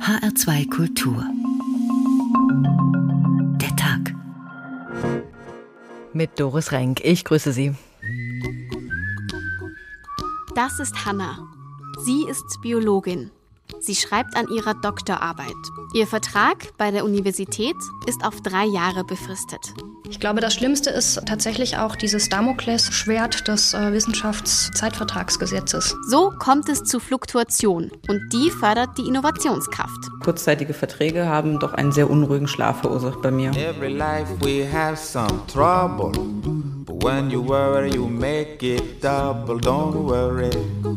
HR2 Kultur. Der Tag. Mit Doris Renk. Ich grüße Sie. Das ist Hanna. Sie ist Biologin. Sie schreibt an ihrer Doktorarbeit. Ihr Vertrag bei der Universität ist auf 3 Jahre befristet. Ich glaube, das Schlimmste ist tatsächlich auch dieses Damoklesschwert des Wissenschaftszeitvertragsgesetzes. So kommt es zu Fluktuation und die fördert die Innovationskraft. Kurzzeitige Verträge haben doch einen sehr unruhigen Schlaf verursacht bei mir. Every life we have some trouble, but when you worry you make it double, don't worry.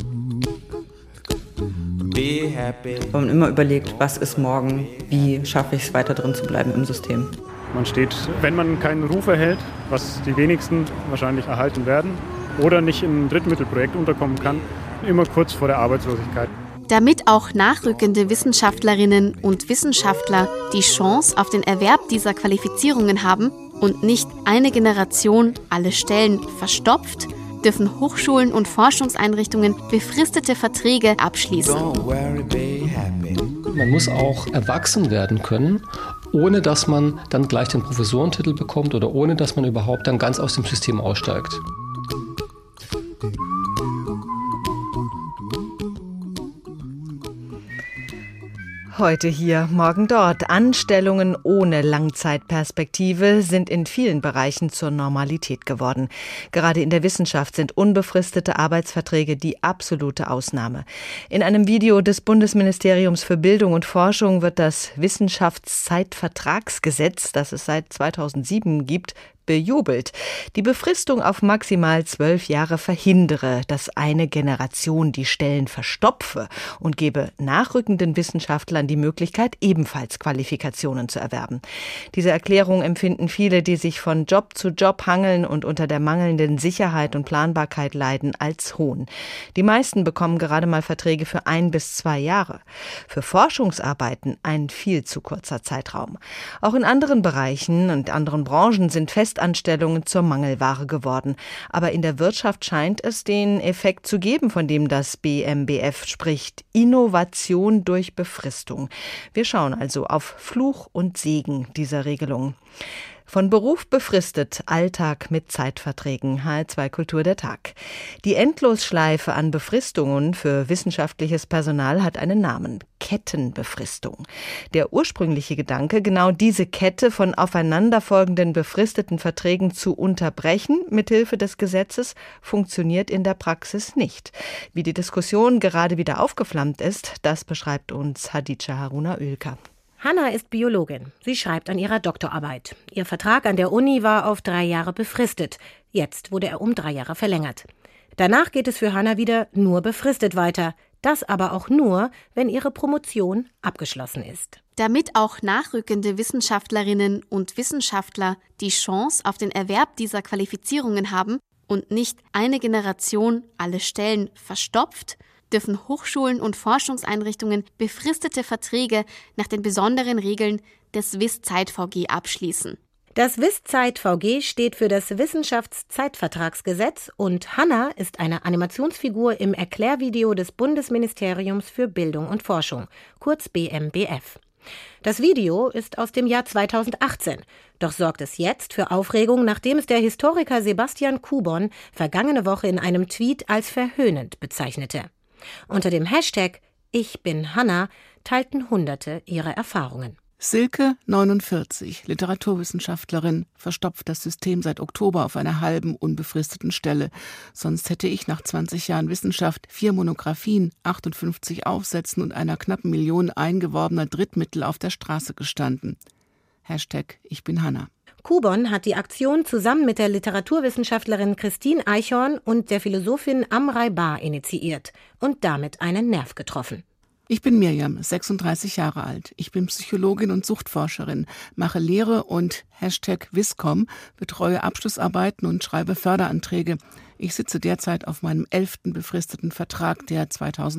Be happy. Man immer überlegt, was ist morgen, wie schaffe ich es weiter drin zu bleiben im System. Man steht, wenn man keinen Ruf erhält, was die wenigsten wahrscheinlich erhalten werden, oder nicht in ein Drittmittelprojekt unterkommen kann, immer kurz vor der Arbeitslosigkeit. Damit auch nachrückende Wissenschaftlerinnen und Wissenschaftler die Chance auf den Erwerb dieser Qualifizierungen haben und nicht eine Generation alle Stellen verstopft, dürfen Hochschulen und Forschungseinrichtungen befristete Verträge abschließen. Man muss auch erwachsen werden können, ohne dass man dann gleich den Professorentitel bekommt oder ohne dass man überhaupt dann ganz aus dem System aussteigt. Heute hier, morgen dort. Anstellungen ohne Langzeitperspektive sind in vielen Bereichen zur Normalität geworden. Gerade in der Wissenschaft sind unbefristete Arbeitsverträge die absolute Ausnahme. In einem Video des Bundesministeriums für Bildung und Forschung wird das Wissenschaftszeitvertragsgesetz, das es seit 2007 gibt, bejubelt. Die Befristung auf maximal 12 Jahre verhindere, dass eine Generation die Stellen verstopfe und gebe nachrückenden Wissenschaftlern die Möglichkeit, ebenfalls Qualifikationen zu erwerben. Diese Erklärung empfinden viele, die sich von Job zu Job hangeln und unter der mangelnden Sicherheit und Planbarkeit leiden, als Hohn. Die meisten bekommen gerade mal Verträge für 1 bis 2 Jahre. Für Forschungsarbeiten ein viel zu kurzer Zeitraum. Auch in anderen Bereichen und anderen Branchen sind Festanstellungen zur Mangelware geworden. Aber in der Wirtschaft scheint es den Effekt zu geben, von dem das BMBF spricht. Innovation durch Befristung. Wir schauen also auf Fluch und Segen dieser Regelung. Von Beruf befristet, Alltag mit Zeitverträgen. HR2 Kultur der Tag. Die Endlosschleife an Befristungen für wissenschaftliches Personal hat einen Namen: Kettenbefristung. Der ursprüngliche Gedanke, genau diese Kette von aufeinanderfolgenden befristeten Verträgen zu unterbrechen, mithilfe des Gesetzes, funktioniert in der Praxis nicht. Wie die Diskussion gerade wieder aufgeflammt ist, das beschreibt uns Hadija Haruna-Oelker. Hanna ist Biologin. Sie schreibt an ihrer Doktorarbeit. Ihr Vertrag an der Uni war auf 3 Jahre befristet. Jetzt wurde er um 3 Jahre verlängert. Danach geht es für Hanna wieder nur befristet weiter. Das aber auch nur, wenn ihre Promotion abgeschlossen ist. Damit auch nachrückende Wissenschaftlerinnen und Wissenschaftler die Chance auf den Erwerb dieser Qualifizierungen haben und nicht eine Generation alle Stellen verstopft, dürfen Hochschulen und Forschungseinrichtungen befristete Verträge nach den besonderen Regeln des WIS-Zeit-VG abschließen. Das WIS-Zeit-VG steht für das Wissenschaftszeitvertragsgesetz und Hanna ist eine Animationsfigur im Erklärvideo des Bundesministeriums für Bildung und Forschung, kurz BMBF. Das Video ist aus dem Jahr 2018, doch sorgt es jetzt für Aufregung, nachdem es der Historiker Sebastian Kubon vergangene Woche in einem Tweet als verhöhnend bezeichnete. Unter dem Hashtag Ich bin Hanna teilten Hunderte ihre Erfahrungen. Silke, 49, Literaturwissenschaftlerin, verstopft das System seit Oktober auf einer halben, unbefristeten Stelle. Sonst hätte ich nach 20 Jahren Wissenschaft 4 Monographien, 58 Aufsätzen und einer knappen Million eingeworbener Drittmittel auf der Straße gestanden. Hashtag Ich bin Hanna. Kubon hat die Aktion zusammen mit der Literaturwissenschaftlerin Christine Eichhorn und der Philosophin Amrei Bar initiiert und damit einen Nerv getroffen. Ich bin Mirjam, 36 Jahre alt. Ich bin Psychologin und Suchtforscherin, mache Lehre und Hashtag Wiscom, betreue Abschlussarbeiten und schreibe Förderanträge. Ich sitze derzeit auf meinem 11. befristeten Vertrag, der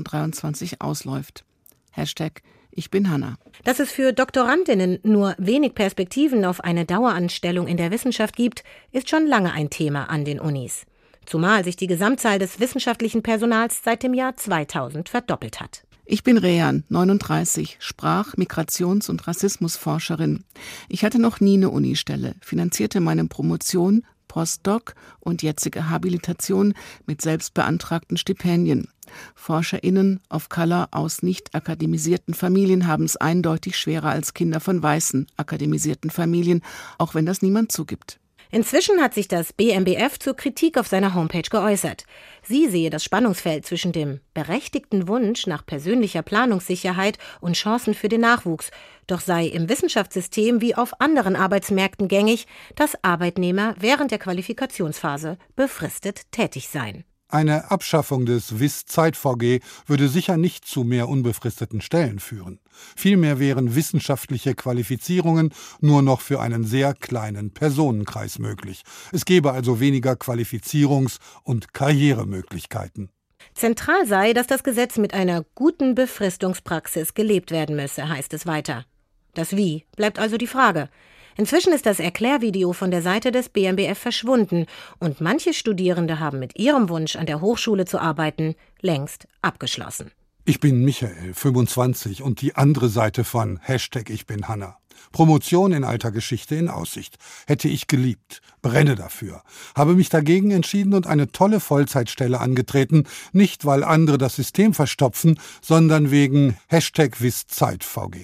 2023 ausläuft. Hashtag Ich bin Hanna. Dass es für Doktorandinnen nur wenig Perspektiven auf eine Daueranstellung in der Wissenschaft gibt, ist schon lange ein Thema an den Unis. Zumal sich die Gesamtzahl des wissenschaftlichen Personals seit dem Jahr 2000 verdoppelt hat. Ich bin Rehan, 39, Sprach-, Migrations- und Rassismusforscherin. Ich hatte noch nie eine Unistelle, finanzierte meine Promotion, Postdoc und jetzige Habilitation mit selbst beantragten Stipendien. ForscherInnen of Color aus nicht akademisierten Familien haben es eindeutig schwerer als Kinder von weißen akademisierten Familien, auch wenn das niemand zugibt. Inzwischen hat sich das BMBF zur Kritik auf seiner Homepage geäußert. Sie sehe das Spannungsfeld zwischen dem berechtigten Wunsch nach persönlicher Planungssicherheit und Chancen für den Nachwuchs. Doch sei im Wissenschaftssystem wie auf anderen Arbeitsmärkten gängig, dass Arbeitnehmer während der Qualifikationsphase befristet tätig seien. Eine Abschaffung des WIS-Zeit-VG würde sicher nicht zu mehr unbefristeten Stellen führen. Vielmehr wären wissenschaftliche Qualifizierungen nur noch für einen sehr kleinen Personenkreis möglich. Es gäbe also weniger Qualifizierungs- und Karrieremöglichkeiten. Zentral sei, dass das Gesetz mit einer guten Befristungspraxis gelebt werden müsse, heißt es weiter. Das Wie bleibt also die Frage. Inzwischen ist das Erklärvideo von der Seite des BMBF verschwunden und manche Studierende haben mit ihrem Wunsch, an der Hochschule zu arbeiten, längst abgeschlossen. Ich bin Michael, 25 und die andere Seite von #IchBinHanna. Promotion in alter Geschichte in Aussicht. Hätte ich geliebt. Brenne dafür. Habe mich dagegen entschieden und eine tolle Vollzeitstelle angetreten. Nicht, weil andere das System verstopfen, sondern wegen #WISZeitVG.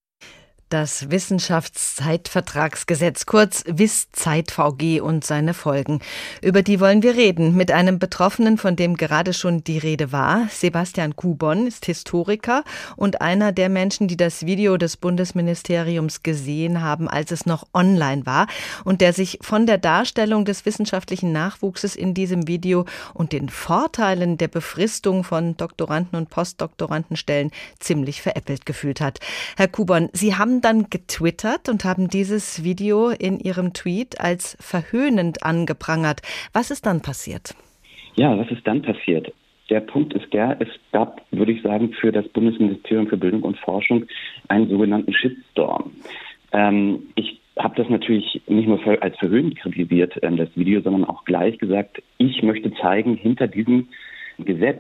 Das Wissenschaftszeitvertragsgesetz, kurz WIS-Zeit-VG und seine Folgen. Über die wollen wir reden mit einem Betroffenen, von dem gerade schon die Rede war. Sebastian Kubon ist Historiker und einer der Menschen, die das Video des Bundesministeriums gesehen haben, als es noch online war und der sich von der Darstellung des wissenschaftlichen Nachwuchses in diesem Video und den Vorteilen der Befristung von Doktoranden- und Postdoktorandenstellen ziemlich veräppelt gefühlt hat. Herr Kubon, Sie haben dann getwittert und haben dieses Video in Ihrem Tweet als verhöhnend angeprangert. Was ist dann passiert? Ja, was ist dann passiert? Der Punkt ist es gab, würde ich sagen, für das Bundesministerium für Bildung und Forschung einen sogenannten Shitstorm. Ich habe das natürlich nicht nur als verhöhnend kritisiert, das Video, sondern auch gleich gesagt, ich möchte zeigen, hinter diesem Gesetz,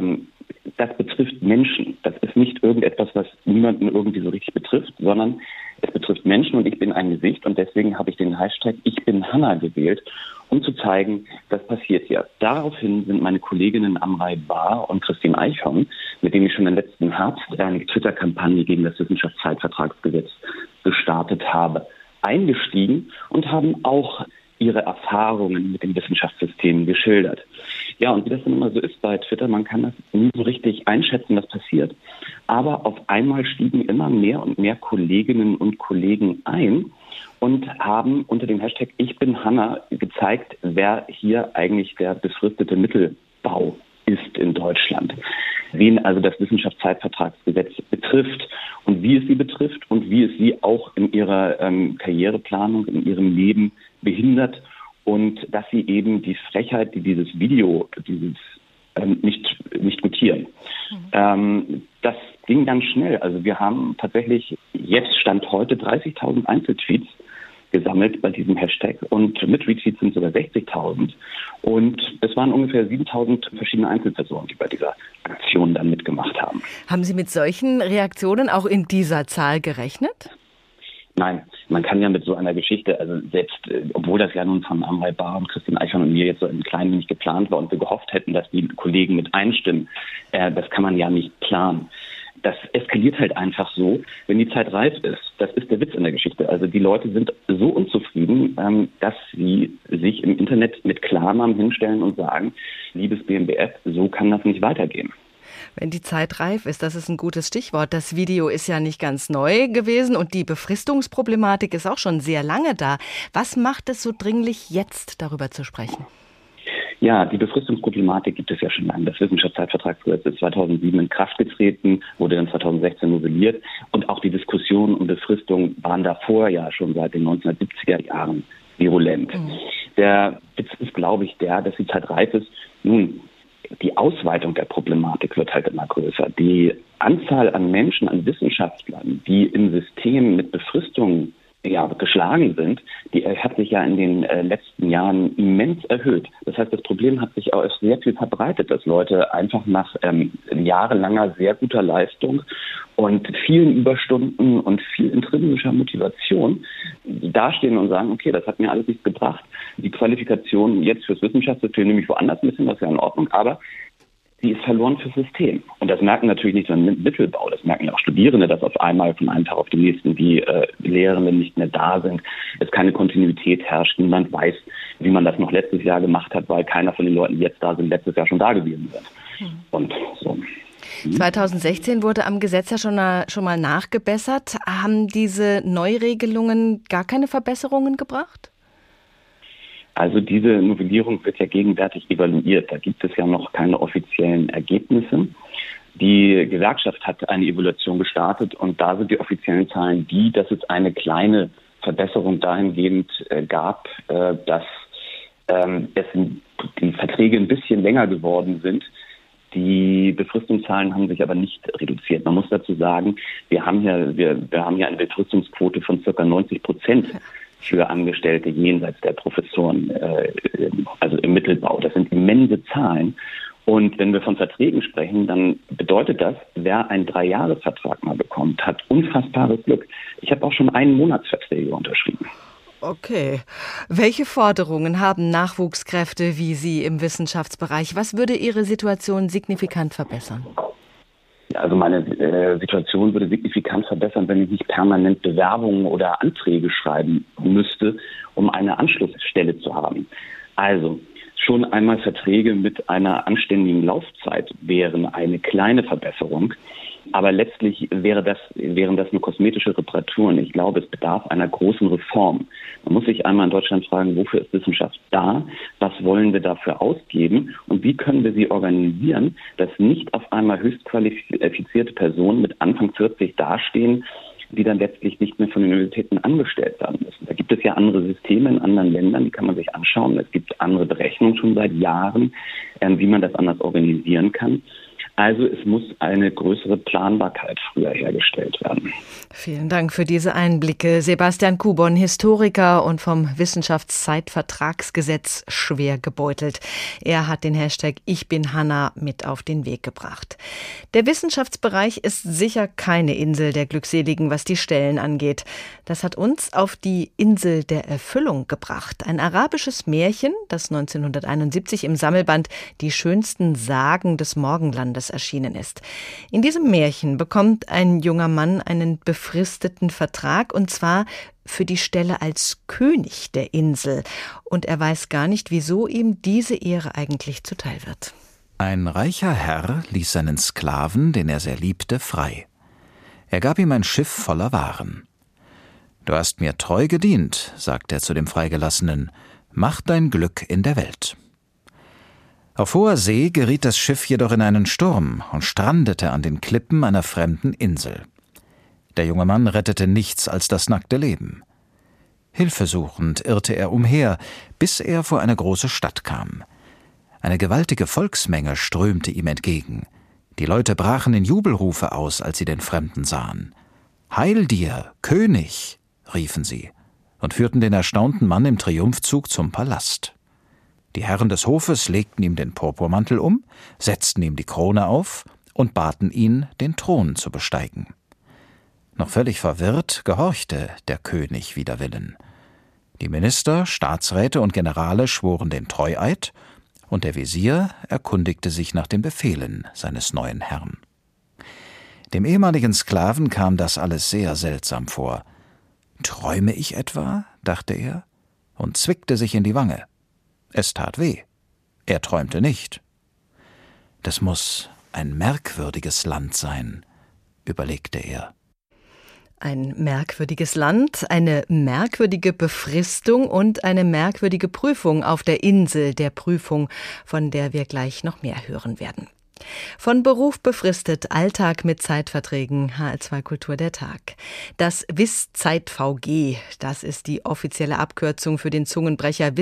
das betrifft Menschen. Das ist nicht irgendetwas, was niemanden irgendwie so richtig betrifft, sondern es betrifft Menschen und ich bin ein Gesicht und deswegen habe ich den Hashtag #IchBinHanna gewählt, um zu zeigen, was passiert hier. Daraufhin sind meine Kolleginnen Amrei Bar und Christine Eichhorn, mit denen ich schon im letzten Herbst eine Twitter-Kampagne gegen das Wissenschaftszeitvertragsgesetz gestartet habe, eingestiegen und haben auch ihre Erfahrungen mit dem Wissenschaftssystem geschildert. Ja, und wie das dann immer so ist bei Twitter, man kann das nie so richtig einschätzen, was passiert. Aber auf einmal stiegen immer mehr und mehr Kolleginnen und Kollegen ein und haben unter dem Hashtag #IchBinHanna gezeigt, wer hier eigentlich der befristete Mittelbau ist in Deutschland. Wen also das Wissenschaftszeitvertragsgesetz betrifft und wie es sie betrifft und wie es sie auch in ihrer Karriereplanung, in ihrem Leben behindert und dass sie eben die Frechheit, die dieses Video nicht gutieren. Das ging ganz schnell. Also wir haben tatsächlich jetzt Stand heute 30.000 Einzeltweets gesammelt bei diesem Hashtag und mit Retweets sind sogar 60.000 und es waren ungefähr 7.000 verschiedene Einzelpersonen, die bei dieser Aktion dann mitgemacht haben. Haben Sie mit solchen Reaktionen auch in dieser Zahl gerechnet? Nein, man kann ja mit so einer Geschichte, also selbst, obwohl das ja nun von Amrei Bar und Christine Eichhorn und mir jetzt so ein klein wenig geplant war und wir gehofft hätten, dass die Kollegen mit einstimmen, das kann man ja nicht planen. Das eskaliert halt einfach so, wenn die Zeit reif ist. Das ist der Witz in der Geschichte. Also die Leute sind so unzufrieden, dass sie sich im Internet mit Klarnamen hinstellen und sagen, liebes BMBF, so kann das nicht weitergehen. Wenn die Zeit reif ist, das ist ein gutes Stichwort. Das Video ist ja nicht ganz neu gewesen und die Befristungsproblematik ist auch schon sehr lange da. Was macht es so dringlich, jetzt darüber zu sprechen? Ja, die Befristungsproblematik gibt es ja schon lange. Das Wissenschaftszeitvertragsgesetz ist 2007 in Kraft getreten, wurde dann 2016 novelliert und auch die Diskussionen um Befristung waren davor ja schon seit den 1970er Jahren virulent. Der Witz ist, glaube ich, dass die Zeit reif ist. Nun, die Ausweitung der Problematik wird halt immer größer. Die Anzahl an Menschen, an Wissenschaftlern, die im System mit Befristung geschlagen sind, die hat sich ja in den letzten Jahren immens erhöht. Das heißt, das Problem hat sich auch sehr viel verbreitet, dass Leute einfach nach jahrelanger sehr guter Leistung und vielen Überstunden und viel intrinsischer Motivation dastehen und sagen, okay, das hat mir alles nichts gebracht. Die Qualifikation jetzt fürs Wissenschaftssystem nehme ich woanders ein bisschen, das ist ja in Ordnung, aber sie ist verloren fürs System. Und das merken natürlich nicht nur im Mittelbau, das merken auch Studierende, dass auf einmal von einem Tag auf den nächsten die Lehrenden nicht mehr da sind, es keine Kontinuität herrscht, niemand weiß, wie man das noch letztes Jahr gemacht hat, weil keiner von den Leuten, die jetzt da sind, letztes Jahr schon da gewesen sind. Und so. 2016 wurde am Gesetz ja schon mal nachgebessert. Haben diese Neuregelungen gar keine Verbesserungen gebracht? Also diese Novellierung wird ja gegenwärtig evaluiert. Da gibt es ja noch keine offiziellen Ergebnisse. Die Gewerkschaft hat eine Evaluation gestartet und da sind die offiziellen Zahlen dass es eine kleine Verbesserung dahingehend gab, dass die Verträge ein bisschen länger geworden sind. Die Befristungszahlen haben sich aber nicht reduziert. Man muss dazu sagen, wir haben ja eine Befristungsquote von ca. 90% für Angestellte jenseits der Professoren, also im Mittelbau. Das sind immense Zahlen. Und wenn wir von Verträgen sprechen, dann bedeutet das, wer einen 3-Jahres-Vertrag mal bekommt, hat unfassbares Glück. Ich habe auch schon 1-Monatsverträge unterschrieben. Okay. Welche Forderungen haben Nachwuchskräfte wie Sie im Wissenschaftsbereich? Was würde Ihre Situation signifikant verbessern? Also meine Situation würde signifikant verbessern, wenn ich nicht permanent Bewerbungen oder Anträge schreiben müsste, um eine Anschlussstelle zu haben. Also schon einmal Verträge mit einer anständigen Laufzeit wären eine kleine Verbesserung. Aber letztlich wären das nur kosmetische Reparaturen. Ich glaube, es bedarf einer großen Reform. Man muss sich einmal in Deutschland fragen, wofür ist Wissenschaft da? Was wollen wir dafür ausgeben? Und wie können wir sie organisieren, dass nicht auf einmal höchst qualifizierte Personen mit Anfang 40 dastehen, die dann letztlich nicht mehr von den Universitäten angestellt werden müssen. Da gibt es ja andere Systeme in anderen Ländern, die kann man sich anschauen. Es gibt andere Berechnungen schon seit Jahren, wie man das anders organisieren kann. Also es muss eine größere Planbarkeit früher hergestellt werden. Vielen Dank für diese Einblicke. Sebastian Kubon, Historiker und vom Wissenschaftszeitvertragsgesetz schwer gebeutelt. Er hat den Hashtag Ich bin Hanna mit auf den Weg gebracht. Der Wissenschaftsbereich ist sicher keine Insel der Glückseligen, was die Stellen angeht. Das hat uns auf die Insel der Erfüllung gebracht. Ein arabisches Märchen, das 1971 im Sammelband Die schönsten Sagen des Morgenlandes erschienen ist. In diesem Märchen bekommt ein junger Mann einen befristeten Vertrag, und zwar für die Stelle als König der Insel. Und er weiß gar nicht, wieso ihm diese Ehre eigentlich zuteil wird. Ein reicher Herr ließ seinen Sklaven, den er sehr liebte, frei. Er gab ihm ein Schiff voller Waren. »Du hast mir treu gedient«, sagt er zu dem Freigelassenen, »mach dein Glück in der Welt.« Auf hoher See geriet das Schiff jedoch in einen Sturm und strandete an den Klippen einer fremden Insel. Der junge Mann rettete nichts als das nackte Leben. Hilfesuchend irrte er umher, bis er vor eine große Stadt kam. Eine gewaltige Volksmenge strömte ihm entgegen. Die Leute brachen in Jubelrufe aus, als sie den Fremden sahen. »Heil dir, König«, riefen sie und führten den erstaunten Mann im Triumphzug zum Palast. Die Herren des Hofes legten ihm den Purpurmantel um, setzten ihm die Krone auf und baten ihn, den Thron zu besteigen. Noch völlig verwirrt gehorchte der König wider Willen. Die Minister, Staatsräte und Generale schworen den Treueid, und der Wesir erkundigte sich nach den Befehlen seines neuen Herrn. Dem ehemaligen Sklaven kam das alles sehr seltsam vor. »Träume ich etwa?«, dachte er und zwickte sich in die Wange. Es tat weh. Er träumte nicht. »Das muss ein merkwürdiges Land sein«, überlegte er. Ein merkwürdiges Land, eine merkwürdige Befristung und eine merkwürdige Prüfung auf der Insel der Prüfung, von der wir gleich noch mehr hören werden. Von Beruf befristet, Alltag mit Zeitverträgen, HR2 Kultur der Tag. Das WIS-Zeit-VG, das ist die offizielle Abkürzung für den Zungenbrecher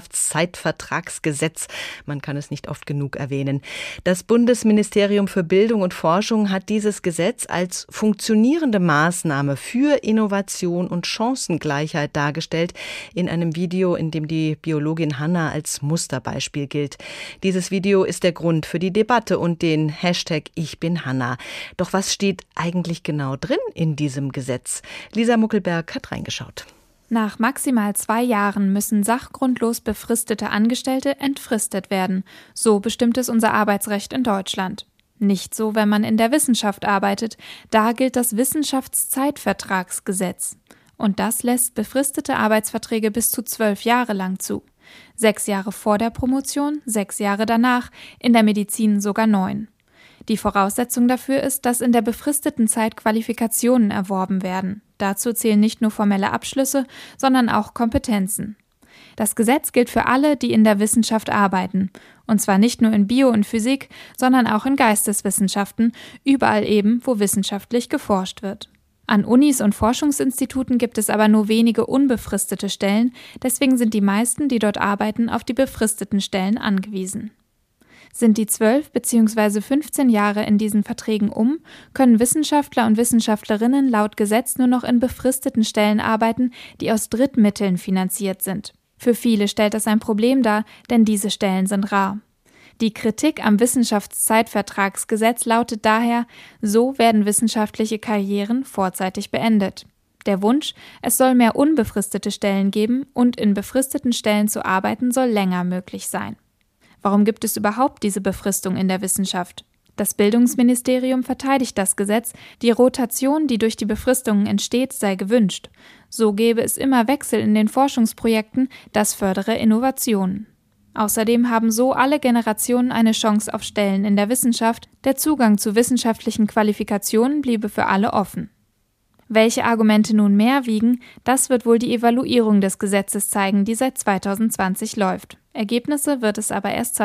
Wissenschaftszeitvertragsgesetz. Man kann es nicht oft genug erwähnen. Das Bundesministerium für Bildung und Forschung hat dieses Gesetz als funktionierende Maßnahme für Innovation und Chancengleichheit dargestellt, in einem Video, in dem die Biologin Hanna als Musterbeispiel gilt. Dieses Video ist der Grund für die Debatte und den Hashtag Ich bin Hanna. Doch was steht eigentlich genau drin in diesem Gesetz? Lisa Muckelberg hat reingeschaut. Nach maximal 2 Jahren müssen sachgrundlos befristete Angestellte entfristet werden. So bestimmt es unser Arbeitsrecht in Deutschland. Nicht so, wenn man in der Wissenschaft arbeitet. Da gilt das Wissenschaftszeitvertragsgesetz. Und das lässt befristete Arbeitsverträge bis zu 12 Jahre lang zu. 6 Jahre vor der Promotion, 6 Jahre danach, in der Medizin sogar 9. Die Voraussetzung dafür ist, dass in der befristeten Zeit Qualifikationen erworben werden. Dazu zählen nicht nur formelle Abschlüsse, sondern auch Kompetenzen. Das Gesetz gilt für alle, die in der Wissenschaft arbeiten. Und zwar nicht nur in Bio und Physik, sondern auch in Geisteswissenschaften, überall eben, wo wissenschaftlich geforscht wird. An Unis und Forschungsinstituten gibt es aber nur wenige unbefristete Stellen, deswegen sind die meisten, die dort arbeiten, auf die befristeten Stellen angewiesen. Sind die 12 bzw. 15 Jahre in diesen Verträgen können Wissenschaftler und Wissenschaftlerinnen laut Gesetz nur noch in befristeten Stellen arbeiten, die aus Drittmitteln finanziert sind. Für viele stellt das ein Problem dar, denn diese Stellen sind rar. Die Kritik am Wissenschaftszeitvertragsgesetz lautet daher, so werden wissenschaftliche Karrieren vorzeitig beendet. Der Wunsch, es soll mehr unbefristete Stellen geben und in befristeten Stellen zu arbeiten, soll länger möglich sein. Warum gibt es überhaupt diese Befristung in der Wissenschaft? Das Bildungsministerium verteidigt das Gesetz, die Rotation, die durch die Befristungen entsteht, sei gewünscht. So gäbe es immer Wechsel in den Forschungsprojekten, das fördere Innovationen. Außerdem haben so alle Generationen eine Chance auf Stellen in der Wissenschaft, der Zugang zu wissenschaftlichen Qualifikationen bliebe für alle offen. Welche Argumente nun mehr wiegen, das wird wohl die Evaluierung des Gesetzes zeigen, die seit 2020 läuft. Ergebnisse wird es aber erst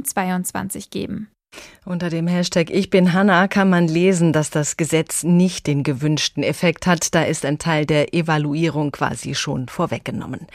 2022 geben. Unter dem Hashtag Ich bin Hanna kann man lesen, dass das Gesetz nicht den gewünschten Effekt hat. Da ist ein Teil der Evaluierung quasi schon vorweggenommen.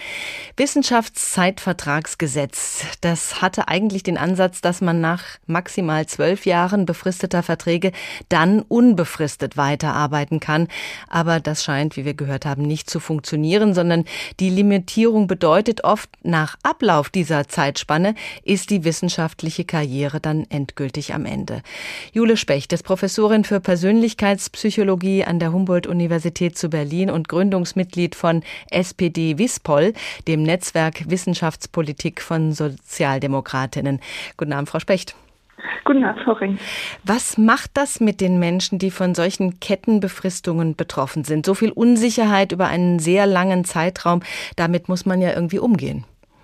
Wissenschaftszeitvertragsgesetz, das hatte eigentlich den Ansatz, dass man nach maximal 12 Jahren befristeter Verträge dann unbefristet weiterarbeiten kann. Aber das scheint, wie wir gehört haben, nicht zu funktionieren, sondern die Limitierung bedeutet oft, nach Ablauf dieser Zeitspanne ist die wissenschaftliche Karriere dann endgültig am Ende. Jule Specht ist Professorin für Persönlichkeitspsychologie an der Humboldt-Universität zu Berlin und Gründungsmitglied von SPD WISPOL, dem Netzwerk Wissenschaftspolitik von Sozialdemokratinnen. Guten Abend, Frau Specht. Guten Abend, Frau Ring. Was macht das mit den Menschen, die von solchen Kettenbefristungen betroffen sind? So viel Unsicherheit über einen sehr langen Zeitraum, damit muss man ja irgendwie umgehen.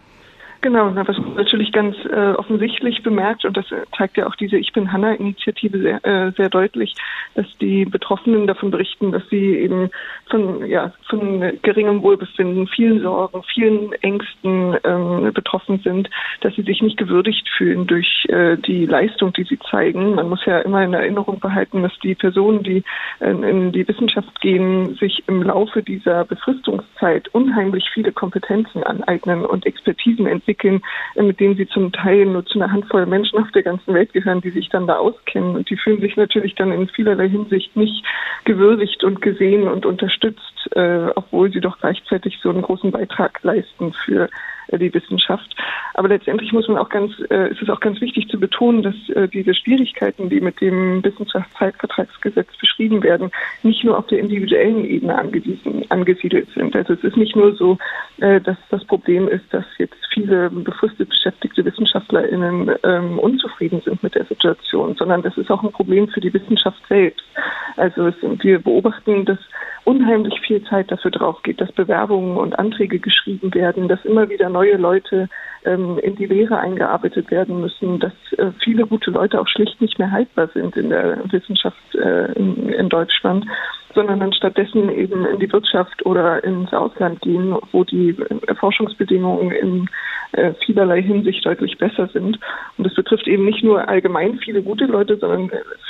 Genau, was man natürlich ganz offensichtlich bemerkt, und das zeigt ja auch diese Ich bin Hanna-Initiative sehr deutlich, dass die Betroffenen davon berichten, dass sie eben von geringem Wohlbefinden, vielen Sorgen, vielen Ängsten betroffen sind, dass sie sich nicht gewürdigt fühlen durch die Leistung, die sie zeigen. Man muss ja immer in Erinnerung behalten, dass die Personen, die in die Wissenschaft gehen, sich im Laufe dieser Befristungszeit unheimlich viele Kompetenzen aneignen und Expertisen entwickeln, mit denen sie zum Teil nur zu einer Handvoll Menschen auf der ganzen Welt gehören, die sich dann da auskennen. Und die fühlen sich natürlich dann in vielerlei Hinsicht nicht gewürdigt und gesehen und unterstützt, obwohl sie doch gleichzeitig so einen großen Beitrag leisten für die Wissenschaft. Aber letztendlich ist es auch ganz wichtig zu betonen, dass diese Schwierigkeiten, die mit dem Wissenschaftszeitvertragsgesetz beschrieben werden, nicht nur auf der individuellen Ebene angesiedelt sind. Also es ist nicht nur so, dass das Problem ist, dass jetzt viele befristet beschäftigte WissenschaftlerInnen unzufrieden sind mit der Situation, sondern das ist auch ein Problem für die Wissenschaft selbst. Also wir beobachten, dass unheimlich viel Zeit dafür drauf geht, dass Bewerbungen und Anträge geschrieben werden, dass immer wieder neue neue Leute in die Lehre eingearbeitet werden müssen, dass viele gute Leute auch schlicht nicht mehr haltbar sind in der Wissenschaft in Deutschland, sondern dann stattdessen eben in die Wirtschaft oder ins Ausland gehen, wo die Forschungsbedingungen in vielerlei Hinsicht deutlich besser sind. Und das betrifft eben nicht nur allgemein viele gute Leute, sondern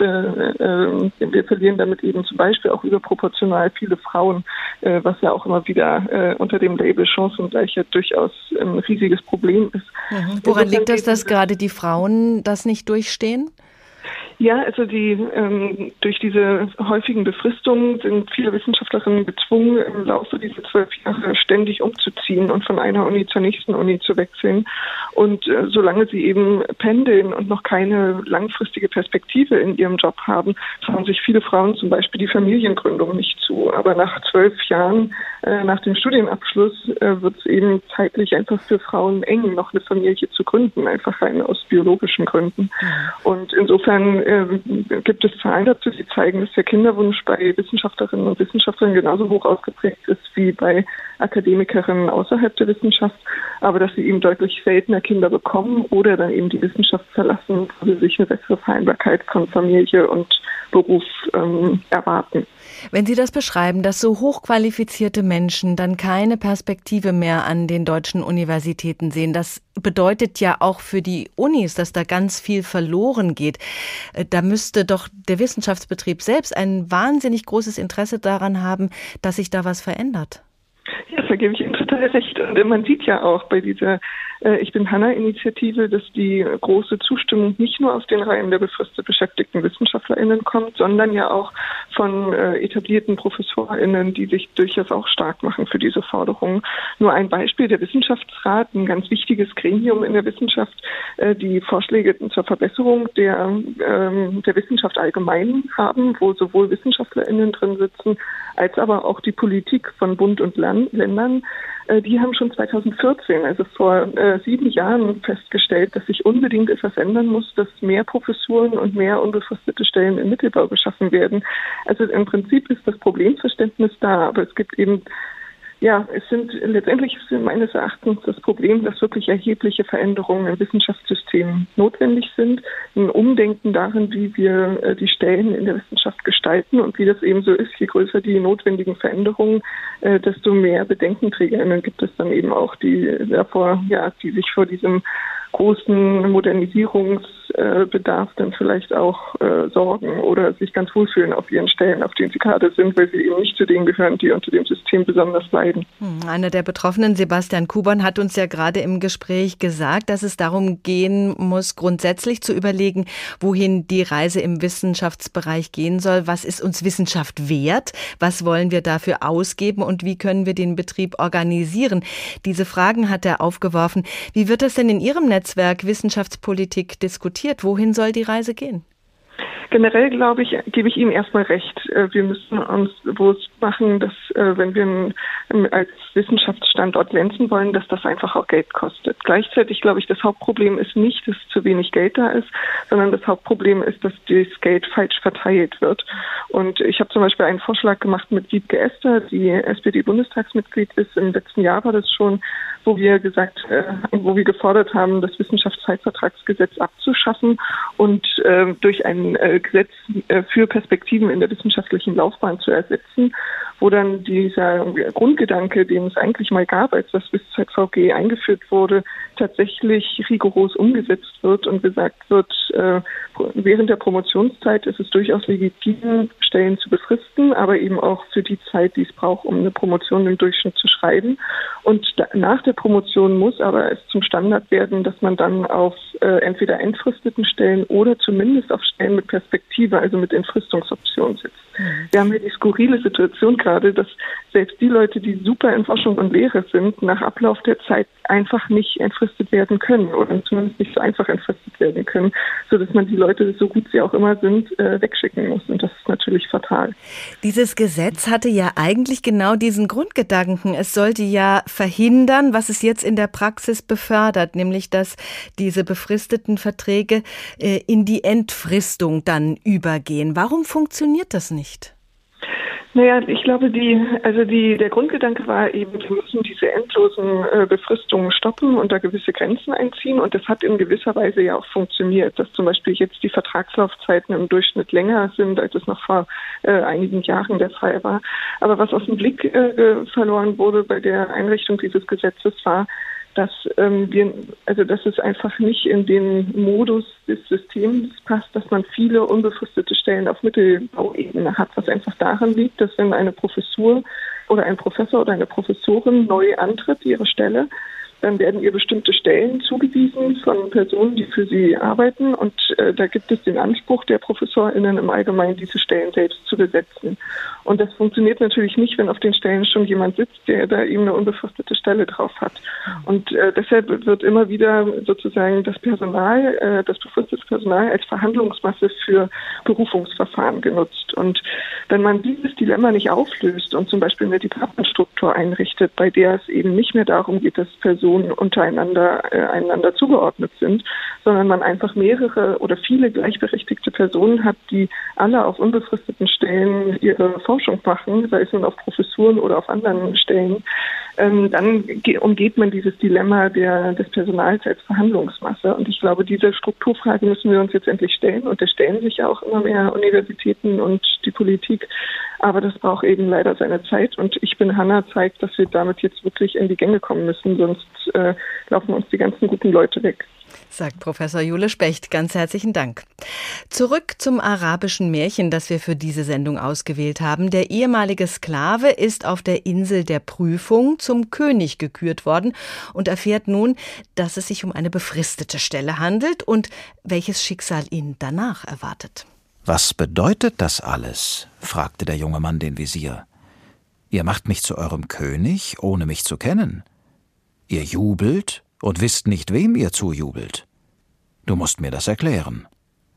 wir verlieren damit eben zum Beispiel auch überproportional viele Frauen, was ja auch immer wieder unter dem Label Chancengleichheit durchaus ein riesiges Problem ist. Woran liegt das, dass gerade die Frauen das nicht durchstehen? Ja, also durch diese häufigen Befristungen sind viele Wissenschaftlerinnen gezwungen, im Laufe dieser 12 Jahre ständig umzuziehen und von einer Uni zur nächsten Uni zu wechseln. Und solange sie eben pendeln und noch keine langfristige Perspektive in ihrem Job haben, trauen sich viele Frauen zum Beispiel die Familiengründung nicht zu. Aber nach 12 Jahren nach dem Studienabschluss wird es eben zeitlich einfach für Frauen eng, noch eine Familie zu gründen, einfach rein aus biologischen Gründen. Und insofern gibt es Zahlen dazu, die zeigen, dass der Kinderwunsch bei Wissenschaftlerinnen und Wissenschaftlern genauso hoch ausgeprägt ist wie bei Akademikerinnen außerhalb der Wissenschaft, aber dass sie eben deutlich seltener Kinder bekommen oder dann eben die Wissenschaft verlassen, wo sie sich eine bessere Vereinbarkeit von Familie und Beruf erwarten. Wenn Sie das beschreiben, dass so hochqualifizierte Menschen dann keine Perspektive mehr an den deutschen Universitäten sehen, das bedeutet ja auch für die Unis, dass da ganz viel verloren geht. Da müsste doch der Wissenschaftsbetrieb selbst ein wahnsinnig großes Interesse daran haben, dass sich da was verändert. Ja, da gebe ich Ihnen total recht. Und man sieht ja auch bei dieser Ich bin Hanna-Initiative, dass die große Zustimmung nicht nur aus den Reihen der befristet beschäftigten WissenschaftlerInnen kommt, sondern ja auch von etablierten ProfessorInnen, die sich durchaus auch stark machen für diese Forderungen. Nur ein Beispiel, der Wissenschaftsrat, ein ganz wichtiges Gremium in der Wissenschaft, die Vorschläge zur Verbesserung der Wissenschaft allgemein haben, wo sowohl WissenschaftlerInnen drin sitzen, als aber auch die Politik von Bund und Ländern. Die haben schon 2014, also vor 7 Jahren, festgestellt, dass sich unbedingt etwas ändern muss, dass mehr Professuren und mehr unbefristete Stellen im Mittelbau geschaffen werden. Also im Prinzip ist das Problemverständnis da, aber es gibt eben letztendlich ist meines Erachtens das Problem, dass wirklich erhebliche Veränderungen im Wissenschaftssystem notwendig sind. Ein Umdenken darin, wie wir die Stellen in der Wissenschaft gestalten und wie das eben so ist, je größer die notwendigen Veränderungen, desto mehr BedenkenträgerInnen gibt es dann eben auch, die sich vor diesem großen Modernisierungsbedarf dann vielleicht auch sorgen oder sich ganz wohlfühlen auf ihren Stellen, auf denen sie gerade sind, weil sie eben nicht zu denen gehören, die unter dem System besonders leiden. Einer der Betroffenen, Sebastian Kuborn, hat uns ja gerade im Gespräch gesagt, dass es darum gehen muss, grundsätzlich zu überlegen, wohin die Reise im Wissenschaftsbereich gehen soll. Was ist uns Wissenschaft wert? Was wollen wir dafür ausgeben und wie können wir den Betrieb organisieren? Diese Fragen hat er aufgeworfen. Wie wird das denn in Ihrem Netzwerk Wissenschaftspolitik diskutiert? Wohin soll die Reise gehen? Generell, glaube ich, gebe ich Ihnen erstmal recht. Wir müssen uns bewusst machen, dass wenn wir als Wissenschaftsstandort glänzen wollen, dass das einfach auch Geld kostet. Gleichzeitig, glaube ich, das Hauptproblem ist nicht, dass zu wenig Geld da ist, sondern das Hauptproblem ist, dass das Geld falsch verteilt wird. Und ich habe zum Beispiel einen Vorschlag gemacht mit Wiebke Esther, die SPD-Bundestagsmitglied ist. Im letzten Jahr war das schon, wo wir gefordert haben, das Wissenschaftszeitvertragsgesetz abzuschaffen und durch ein Gesetz für Perspektiven in der wissenschaftlichen Laufbahn zu ersetzen, wo dann dieser Grundgedanke, den es eigentlich mal gab, als das WISZVG eingeführt wurde, tatsächlich rigoros umgesetzt wird und gesagt wird, während der Promotionszeit ist es durchaus legitim, Stellen zu befristen, aber eben auch für die Zeit, die es braucht, um eine Promotion im Durchschnitt zu schreiben. Und nach der Promotion muss aber es zum Standard werden, dass man dann auf entweder entfristeten Stellen oder zumindest auf Stellen mit Perspektive, also mit Entfristungsoptionen sitzt. Wir haben hier die skurrile Situation gerade, dass selbst die Leute, die super in Forschung und Lehre sind, nach Ablauf der Zeit einfach nicht entfristet werden können oder zumindest nicht so einfach entfristet werden können, sodass man die Leute, so gut sie auch immer sind, wegschicken muss. Und das ist natürlich fatal. Dieses Gesetz hatte ja eigentlich genau diesen Grundgedanken. Es sollte ja verhindern, was es jetzt in der Praxis befördert, nämlich dass diese befristeten Verträge in die Entfristung dann übergehen. Warum funktioniert das nicht? Naja, ich glaube, der Grundgedanke war eben, wir müssen diese endlosen Befristungen stoppen und da gewisse Grenzen einziehen. Und das hat in gewisser Weise ja auch funktioniert, dass zum Beispiel jetzt die Vertragslaufzeiten im Durchschnitt länger sind, als es noch vor einigen Jahren der Fall war. Aber was aus dem Blick verloren wurde bei der Einrichtung dieses Gesetzes war, dass es einfach nicht in den Modus des Systems passt, dass man viele unbefristete Stellen auf Mittelbauebene hat, was einfach daran liegt, dass wenn eine Professur oder ein Professor oder eine Professorin neu antritt, ihre Stelle, dann werden ihr bestimmte Stellen zugewiesen von Personen, die für sie arbeiten. Und da gibt es den Anspruch der ProfessorInnen im Allgemeinen, diese Stellen selbst zu besetzen. Und das funktioniert natürlich nicht, wenn auf den Stellen schon jemand sitzt, der da eben eine unbefristete Stelle drauf hat. Und deshalb wird immer wieder sozusagen das befristete Personal als Verhandlungsmasse für Berufungsverfahren genutzt. Und wenn man dieses Dilemma nicht auflöst und zum Beispiel eine Departementstruktur einrichtet, bei der es eben nicht mehr darum geht, dass Personen untereinander einander zugeordnet sind, sondern man einfach mehrere oder viele gleichberechtigte Personen hat, die alle auf unbefristeten Stellen ihre Forschung machen, sei es nun auf Professuren oder auf anderen Stellen, dann umgeht man dieses Dilemma des Personals als Verhandlungsmasse. Und ich glaube, diese Strukturfrage müssen wir uns jetzt endlich stellen. Und da stellen sich auch immer mehr Universitäten und die Politik. Aber das braucht eben leider seine Zeit. Und Ich bin Hanna zeigt, dass wir damit jetzt wirklich in die Gänge kommen müssen, sonst laufen uns die ganzen guten Leute weg. Sagt Professor Jule Specht. Ganz herzlichen Dank. Zurück zum arabischen Märchen, das wir für diese Sendung ausgewählt haben. Der ehemalige Sklave ist auf der Insel der Prüfung zum König gekürt worden und erfährt nun, dass es sich um eine befristete Stelle handelt und welches Schicksal ihn danach erwartet. »Was bedeutet das alles?« fragte der junge Mann den Visier. »Ihr macht mich zu eurem König, ohne mich zu kennen. Ihr jubelt und wisst nicht, wem ihr zujubelt. Du musst mir das erklären.«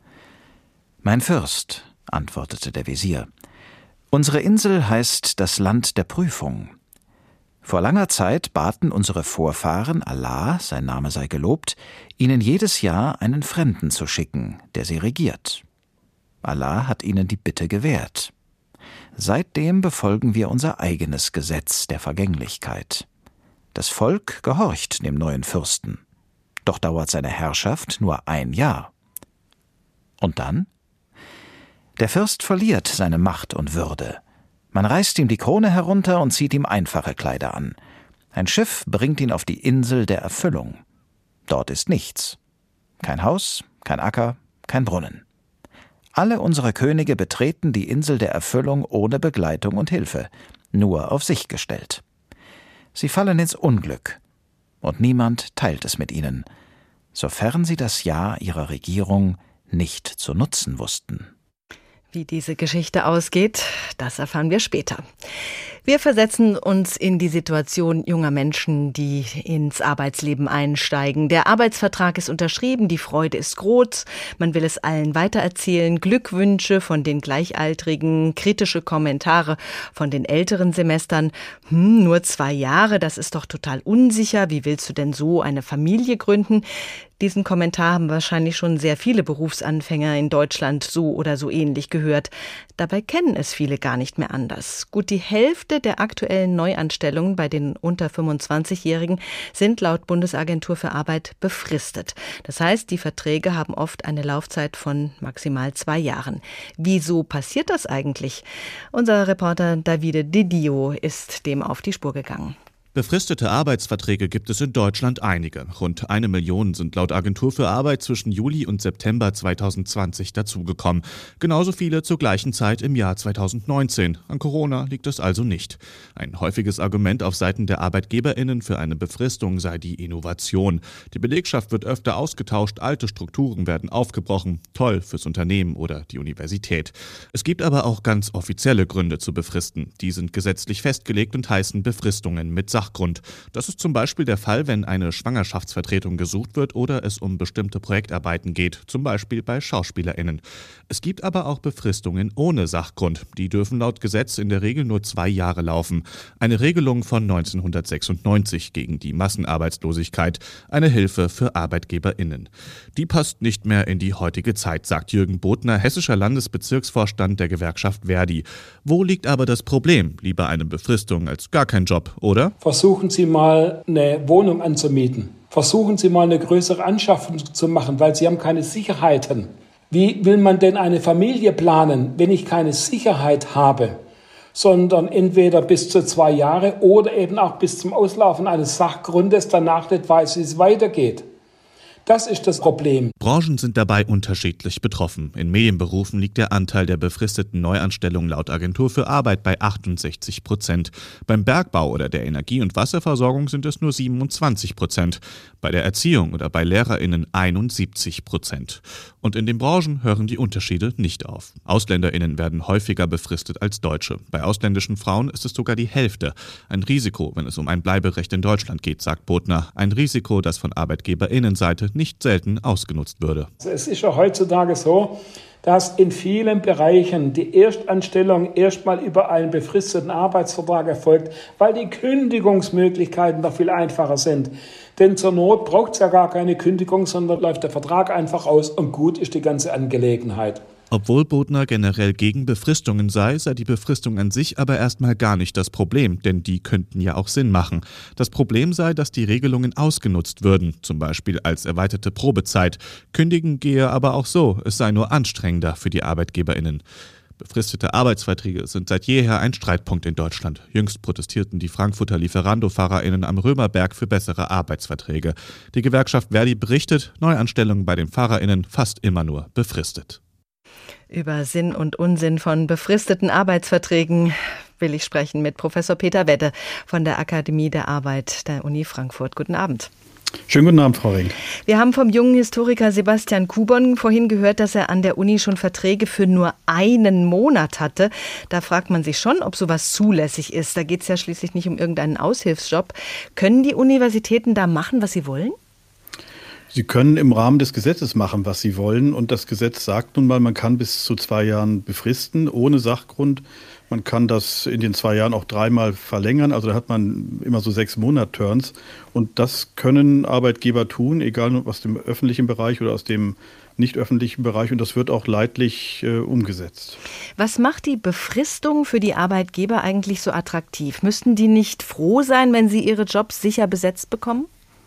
»Mein Fürst«, antwortete der Visier, »unsere Insel heißt das Land der Prüfung. Vor langer Zeit baten unsere Vorfahren, Allah, sein Name sei gelobt, ihnen jedes Jahr einen Fremden zu schicken, der sie regiert. Allah hat ihnen die Bitte gewährt. Seitdem befolgen wir unser eigenes Gesetz der Vergänglichkeit. Das Volk gehorcht dem neuen Fürsten. Doch dauert seine Herrschaft nur 1 Jahr. Und dann? Der Fürst verliert seine Macht und Würde. Man reißt ihm die Krone herunter und zieht ihm einfache Kleider an. Ein Schiff bringt ihn auf die Insel der Erfüllung. Dort ist nichts. Kein Haus, kein Acker, kein Brunnen. Alle unsere Könige betreten die Insel der Erfüllung ohne Begleitung und Hilfe, nur auf sich gestellt. Sie fallen ins Unglück, und niemand teilt es mit ihnen, sofern sie das Jahr ihrer Regierung nicht zu nutzen wussten.« Wie diese Geschichte ausgeht, das erfahren wir später. Wir versetzen uns in die Situation junger Menschen, die ins Arbeitsleben einsteigen. Der Arbeitsvertrag ist unterschrieben, die Freude ist groß, man will es allen weitererzählen, Glückwünsche von den Gleichaltrigen, kritische Kommentare von den älteren Semestern. Nur 2 Jahre, das ist doch total unsicher, wie willst du denn so eine Familie gründen? Diesen Kommentar haben wahrscheinlich schon sehr viele Berufsanfänger in Deutschland so oder so ähnlich gehört. Dabei kennen es viele gar nicht mehr anders. Gut die Hälfte der aktuellen Neuanstellungen bei den unter 25-Jährigen sind laut Bundesagentur für Arbeit befristet. Das heißt, die Verträge haben oft eine Laufzeit von maximal 2 Jahren. Wieso passiert das eigentlich? Unser Reporter Davide Didio ist dem auf die Spur gegangen. Befristete Arbeitsverträge gibt es in Deutschland einige. Rund 1 Million sind laut Agentur für Arbeit zwischen Juli und September 2020 dazugekommen. Genauso viele zur gleichen Zeit im Jahr 2019. An Corona liegt es also nicht. Ein häufiges Argument auf Seiten der ArbeitgeberInnen für eine Befristung sei die Innovation. Die Belegschaft wird öfter ausgetauscht, alte Strukturen werden aufgebrochen. Toll fürs Unternehmen oder die Universität. Es gibt aber auch ganz offizielle Gründe zu befristen. Die sind gesetzlich festgelegt und heißen Befristungen mit Sachverhalt. Sachgrund. Das ist zum Beispiel der Fall, wenn eine Schwangerschaftsvertretung gesucht wird oder es um bestimmte Projektarbeiten geht, zum Beispiel bei SchauspielerInnen. Es gibt aber auch Befristungen ohne Sachgrund. Die dürfen laut Gesetz in der Regel nur 2 Jahre laufen. Eine Regelung von 1996 gegen die Massenarbeitslosigkeit. Eine Hilfe für ArbeitgeberInnen. Die passt nicht mehr in die heutige Zeit, sagt Jürgen Bodner, hessischer Landesbezirksvorstand der Gewerkschaft Verdi. Wo liegt aber das Problem? Lieber eine Befristung als gar kein Job, oder? Versuchen Sie mal, eine Wohnung anzumieten. Versuchen Sie mal, eine größere Anschaffung zu machen, weil Sie haben keine Sicherheiten. Wie will man denn eine Familie planen, wenn ich keine Sicherheit habe? Sondern entweder bis zu 2 Jahre oder eben auch bis zum Auslaufen eines Sachgrundes, danach nicht weiß, wie es weitergeht. Das ist das Problem. Branchen sind dabei unterschiedlich betroffen. In Medienberufen liegt der Anteil der befristeten Neuanstellungen laut Agentur für Arbeit bei 68%. Beim Bergbau oder der Energie- und Wasserversorgung sind es nur 27%. Bei der Erziehung oder bei LehrerInnen 71%. Und in den Branchen hören die Unterschiede nicht auf. AusländerInnen werden häufiger befristet als Deutsche. Bei ausländischen Frauen ist es sogar die Hälfte. Ein Risiko, wenn es um ein Bleiberecht in Deutschland geht, sagt Bodner. Ein Risiko, das von ArbeitgeberInnenseite nicht selten ausgenutzt würde. Es ist ja heutzutage so, dass in vielen Bereichen die Erstanstellung erstmal über einen befristeten Arbeitsvertrag erfolgt, weil die Kündigungsmöglichkeiten da viel einfacher sind. Denn zur Not braucht es ja gar keine Kündigung, sondern läuft der Vertrag einfach aus und gut ist die ganze Angelegenheit. Obwohl Bodner generell gegen Befristungen sei die Befristung an sich aber erstmal gar nicht das Problem, denn die könnten ja auch Sinn machen. Das Problem sei, dass die Regelungen ausgenutzt würden, zum Beispiel als erweiterte Probezeit. Kündigen gehe aber auch so, es sei nur anstrengender für die ArbeitgeberInnen. Befristete Arbeitsverträge sind seit jeher ein Streitpunkt in Deutschland. Jüngst protestierten die Frankfurter LieferandofahrerInnen am Römerberg für bessere Arbeitsverträge. Die Gewerkschaft Verdi berichtet, Neuanstellungen bei den FahrerInnen fast immer nur befristet. Über Sinn und Unsinn von befristeten Arbeitsverträgen will ich sprechen mit Professor Peter Wedde von der Akademie der Arbeit der Uni Frankfurt. Guten Abend. Schönen guten Abend, Frau Rink. Wir haben vom jungen Historiker Sebastian Kubon vorhin gehört, dass er an der Uni schon Verträge für nur 1 Monat hatte. Da fragt man sich schon, ob sowas zulässig ist. Da geht es ja schließlich nicht um irgendeinen Aushilfsjob. Können die Universitäten da machen, was sie wollen? Sie können im Rahmen des Gesetzes machen, was Sie wollen. Und das Gesetz sagt nun mal, man kann bis zu 2 Jahren befristen, ohne Sachgrund. Man kann das in den 2 Jahren auch 3-mal verlängern. Also da hat man immer so 6-Monat-Turns. Und das können Arbeitgeber tun, egal ob aus dem öffentlichen Bereich oder aus dem nicht öffentlichen Bereich. Und das wird auch leidlich umgesetzt. Was macht die Befristung für die Arbeitgeber eigentlich so attraktiv? Müssten die nicht froh sein, wenn sie ihre Jobs sicher besetzt bekommen?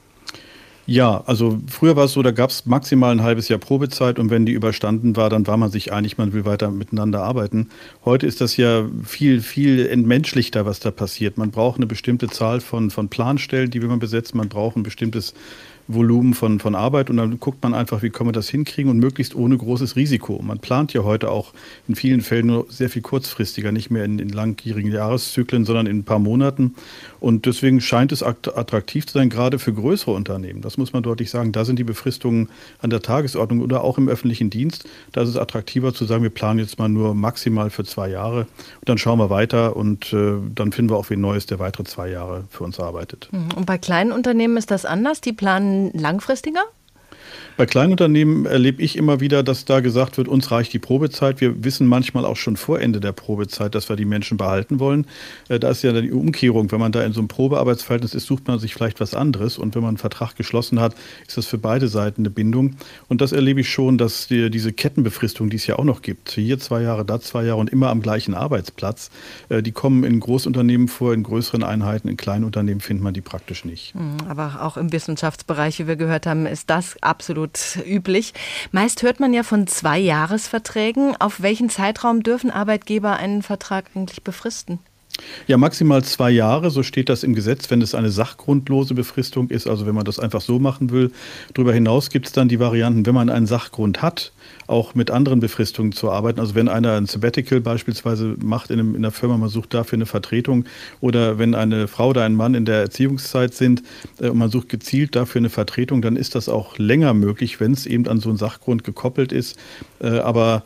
Ja, also früher war es so, da gab es maximal ein halbes Jahr Probezeit und wenn die überstanden war, dann war man sich einig, man will weiter miteinander arbeiten. Heute ist das ja viel, viel entmenschlichter, was da passiert. Man braucht eine bestimmte Zahl von Planstellen, die will man besetzen, man braucht ein bestimmtes Volumen von Arbeit und dann guckt man einfach, wie können wir das hinkriegen und möglichst ohne großes Risiko. Man plant ja heute auch in vielen Fällen nur sehr viel kurzfristiger, nicht mehr in langjährigen Jahreszyklen, sondern in ein paar Monaten. Und deswegen scheint es attraktiv zu sein, gerade für größere Unternehmen. Das muss man deutlich sagen. Da sind die Befristungen an der Tagesordnung oder auch im öffentlichen Dienst. Da ist es attraktiver zu sagen, wir planen jetzt mal nur maximal für 2 Jahre. Und dann schauen wir weiter und dann finden wir auch wen Neues, der weitere 2 Jahre für uns arbeitet. Und bei kleinen Unternehmen ist das anders? Die planen langfristiger? Bei kleinen Unternehmen erlebe ich immer wieder, dass da gesagt wird, uns reicht die Probezeit. Wir wissen manchmal auch schon vor Ende der Probezeit, dass wir die Menschen behalten wollen. Da ist ja dann die Umkehrung. Wenn man da in so einem Probearbeitsverhältnis ist, sucht man sich vielleicht was anderes. Und wenn man einen Vertrag geschlossen hat, ist das für beide Seiten eine Bindung. Und das erlebe ich schon, dass diese Kettenbefristung, die es ja auch noch gibt, hier 2 Jahre, da 2 Jahre und immer am gleichen Arbeitsplatz, die kommen in Großunternehmen vor, in größeren Einheiten, in kleinen Unternehmen findet man die praktisch nicht. Aber auch im Wissenschaftsbereich, wie wir gehört haben, ist das absolut üblich. Meist hört man ja von 2-Jahresverträgen. Auf welchen Zeitraum dürfen Arbeitgeber einen Vertrag eigentlich befristen? Ja, maximal 2 Jahre, so steht das im Gesetz, wenn es eine sachgrundlose Befristung ist, also wenn man das einfach so machen will. Darüber hinaus gibt es dann die Varianten, wenn man einen Sachgrund hat, auch mit anderen Befristungen zu arbeiten. Also wenn einer ein Sabbatical beispielsweise macht in der Firma, man sucht dafür eine Vertretung, oder wenn eine Frau oder ein Mann in der Erziehungszeit sind und man sucht gezielt dafür eine Vertretung, dann ist das auch länger möglich, wenn es eben an so einen Sachgrund gekoppelt ist. Aber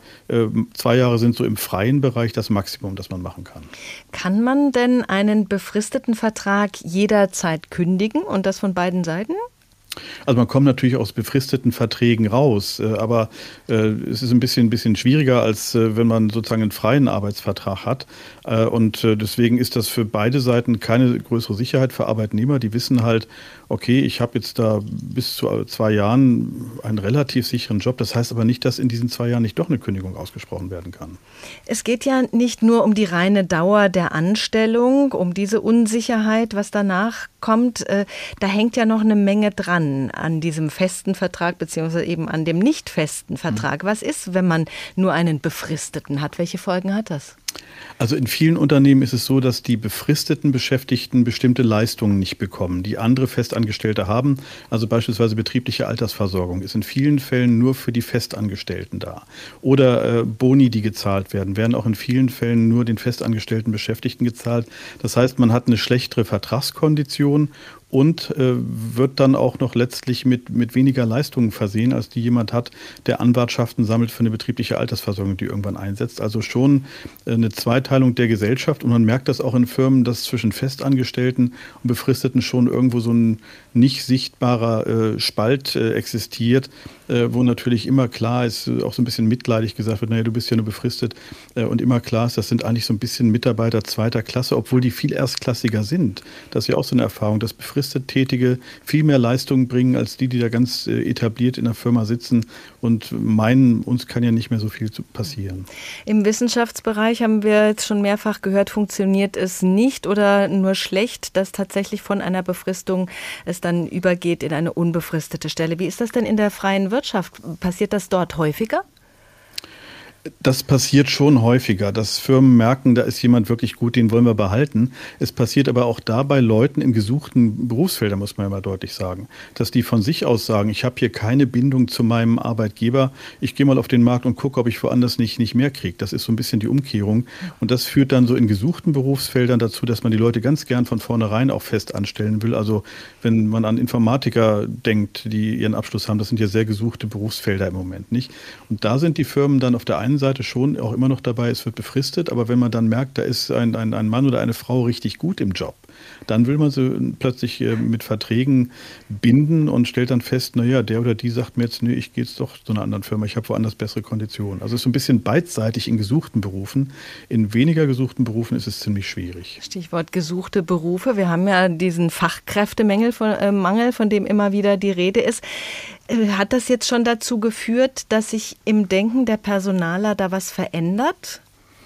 2 Jahre sind so im freien Bereich das Maximum, das man machen kann. Kann man denn einen befristeten Vertrag jederzeit kündigen und das von beiden Seiten? Also man kommt natürlich aus befristeten Verträgen raus, aber es ist ein bisschen schwieriger, als wenn man sozusagen einen freien Arbeitsvertrag hat. Und deswegen ist das für beide Seiten keine größere Sicherheit für Arbeitnehmer. Die wissen halt, okay, ich habe jetzt da bis zu 2 Jahren einen relativ sicheren Job. Das heißt aber nicht, dass in diesen 2 Jahren nicht doch eine Kündigung ausgesprochen werden kann. Es geht ja nicht nur um die reine Dauer der Anstellung, um diese Unsicherheit, was danach kommt. Da hängt ja noch eine Menge dran an diesem festen Vertrag beziehungsweise eben an dem nicht festen Vertrag. Was ist, wenn man nur einen befristeten hat? Welche Folgen hat das? Also in vielen Unternehmen ist es so, dass die befristeten Beschäftigten bestimmte Leistungen nicht bekommen, die andere Festangestellte haben. Also beispielsweise betriebliche Altersversorgung ist in vielen Fällen nur für die Festangestellten da. Oder Boni, die gezahlt werden auch in vielen Fällen nur den festangestellten Beschäftigten gezahlt. Das heißt, man hat eine schlechtere Vertragskondition und wird dann auch noch letztlich mit weniger Leistungen versehen, als die jemand hat, der Anwartschaften sammelt für eine betriebliche Altersversorgung, die irgendwann einsetzt. Also schon eine Zweiteilung der Gesellschaft. Und man merkt das auch in Firmen, dass zwischen Festangestellten und Befristeten schon irgendwo so ein nicht sichtbarer Spalt existiert, wo natürlich immer klar ist, auch so ein bisschen mitleidig gesagt wird, naja, du bist ja nur befristet. Und immer klar ist, das sind eigentlich so ein bisschen Mitarbeiter zweiter Klasse, obwohl die viel erstklassiger sind. Das ist ja auch so eine Erfahrung, dass befristet Tätige viel mehr Leistungen bringen, als die da ganz etabliert in der Firma sitzen und meinen, uns kann ja nicht mehr so viel passieren. Im Wissenschaftsbereich haben wir jetzt schon mehrfach gehört, funktioniert es nicht oder nur schlecht, dass tatsächlich von einer Befristung es dann übergeht in eine unbefristete Stelle. Wie ist das denn in der freien Wirtschaft? Passiert das dort häufiger? Das passiert schon häufiger, dass Firmen merken, da ist jemand wirklich gut, den wollen wir behalten. Es passiert aber auch da bei Leuten in gesuchten Berufsfeldern, muss man ja mal deutlich sagen, dass die von sich aus sagen, ich habe hier keine Bindung zu meinem Arbeitgeber, ich gehe mal auf den Markt und gucke, ob ich woanders nicht mehr kriege. Das ist so ein bisschen die Umkehrung und das führt dann so in gesuchten Berufsfeldern dazu, dass man die Leute ganz gern von vornherein auch fest anstellen will. Also wenn man an Informatiker denkt, die ihren Abschluss haben, das sind ja sehr gesuchte Berufsfelder im Moment, nicht? Und da sind die Firmen dann auf der einen Seite schon auch immer noch dabei, es wird befristet, aber wenn man dann merkt, da ist ein Mann oder eine Frau richtig gut im Job, dann will man sie plötzlich mit Verträgen binden und stellt dann fest, naja, der oder die sagt mir jetzt, nee, ich gehe jetzt doch zu einer anderen Firma, ich habe woanders bessere Konditionen. Also es ist so ein bisschen beidseitig in gesuchten Berufen. In weniger gesuchten Berufen ist es ziemlich schwierig. Stichwort gesuchte Berufe. Wir haben ja diesen Fachkräftemangel, von dem immer wieder die Rede ist. Hat das jetzt schon dazu geführt, dass sich im Denken der Personaler da was verändert?